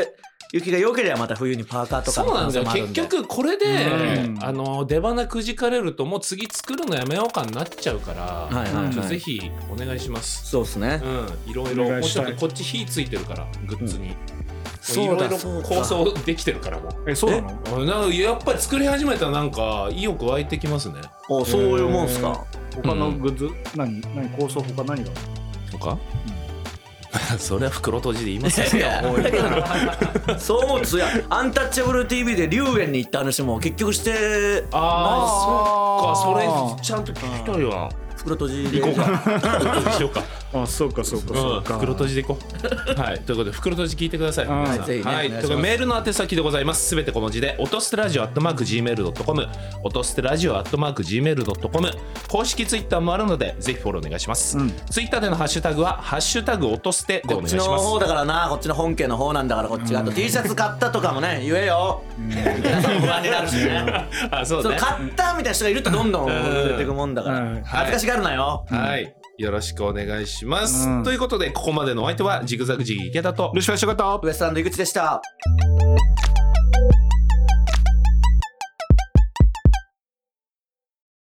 雪が良ければまた冬にパーカーとかのそうなんだよ。 可能性もあるんで。 結局これで、 うんあの出花くじかれるともう次作るのやめようかになっちゃうから、 はいはいはいちょっとぜひお願いします。 そうですね。 うん、いろいろもうちお願いしたいょっとこっち火ついてるからグッズに、 そういろいろだそうだ構想できてるからもえそうなの？ うなんかやっぱり作り始めたらなんか意欲湧いてきますね。 おそういうもんすか。 他のグッズ、何何構想他何が？ とかそれは袋閉じで言いますよ。 いやそう思うといやアンタッチャブル ティーブイ で龍園に行った話も結局してああそっかそれちゃんと聞きたいわ。 袋閉じで行こうか。袋閉じしようか。 あそうかそうかそううん、 か。 袋閉じでいこう。はい、ということで袋閉じ聞いてください。 うん皆さんぜひねはい、 お願いしますということでメールの宛先でございます。すべて小文字で音捨てラジオアットマーク ジーメールドットコム、音捨てラジオアットマーク ジーメールドットコム、公式ツイッターもあるのでぜひフォローお願いします。 うんツイッターでのハッシュタグはハッシュタグ音捨てでおこっ願いします。 ちの方だからなこっちの本家の方なんだからこっちがあと T シャツ買ったとかもね言えよ皆さんも不安になるしねあ、そうね。 その買ったみたいな人がいるとどんどん売れていくもんだからうん恥ずかしがるなよはい、よろしくお願いします。 うんということでここまでのお相手はジグザグジギー池田とルシファー仕事。 ウエストランド井口でした。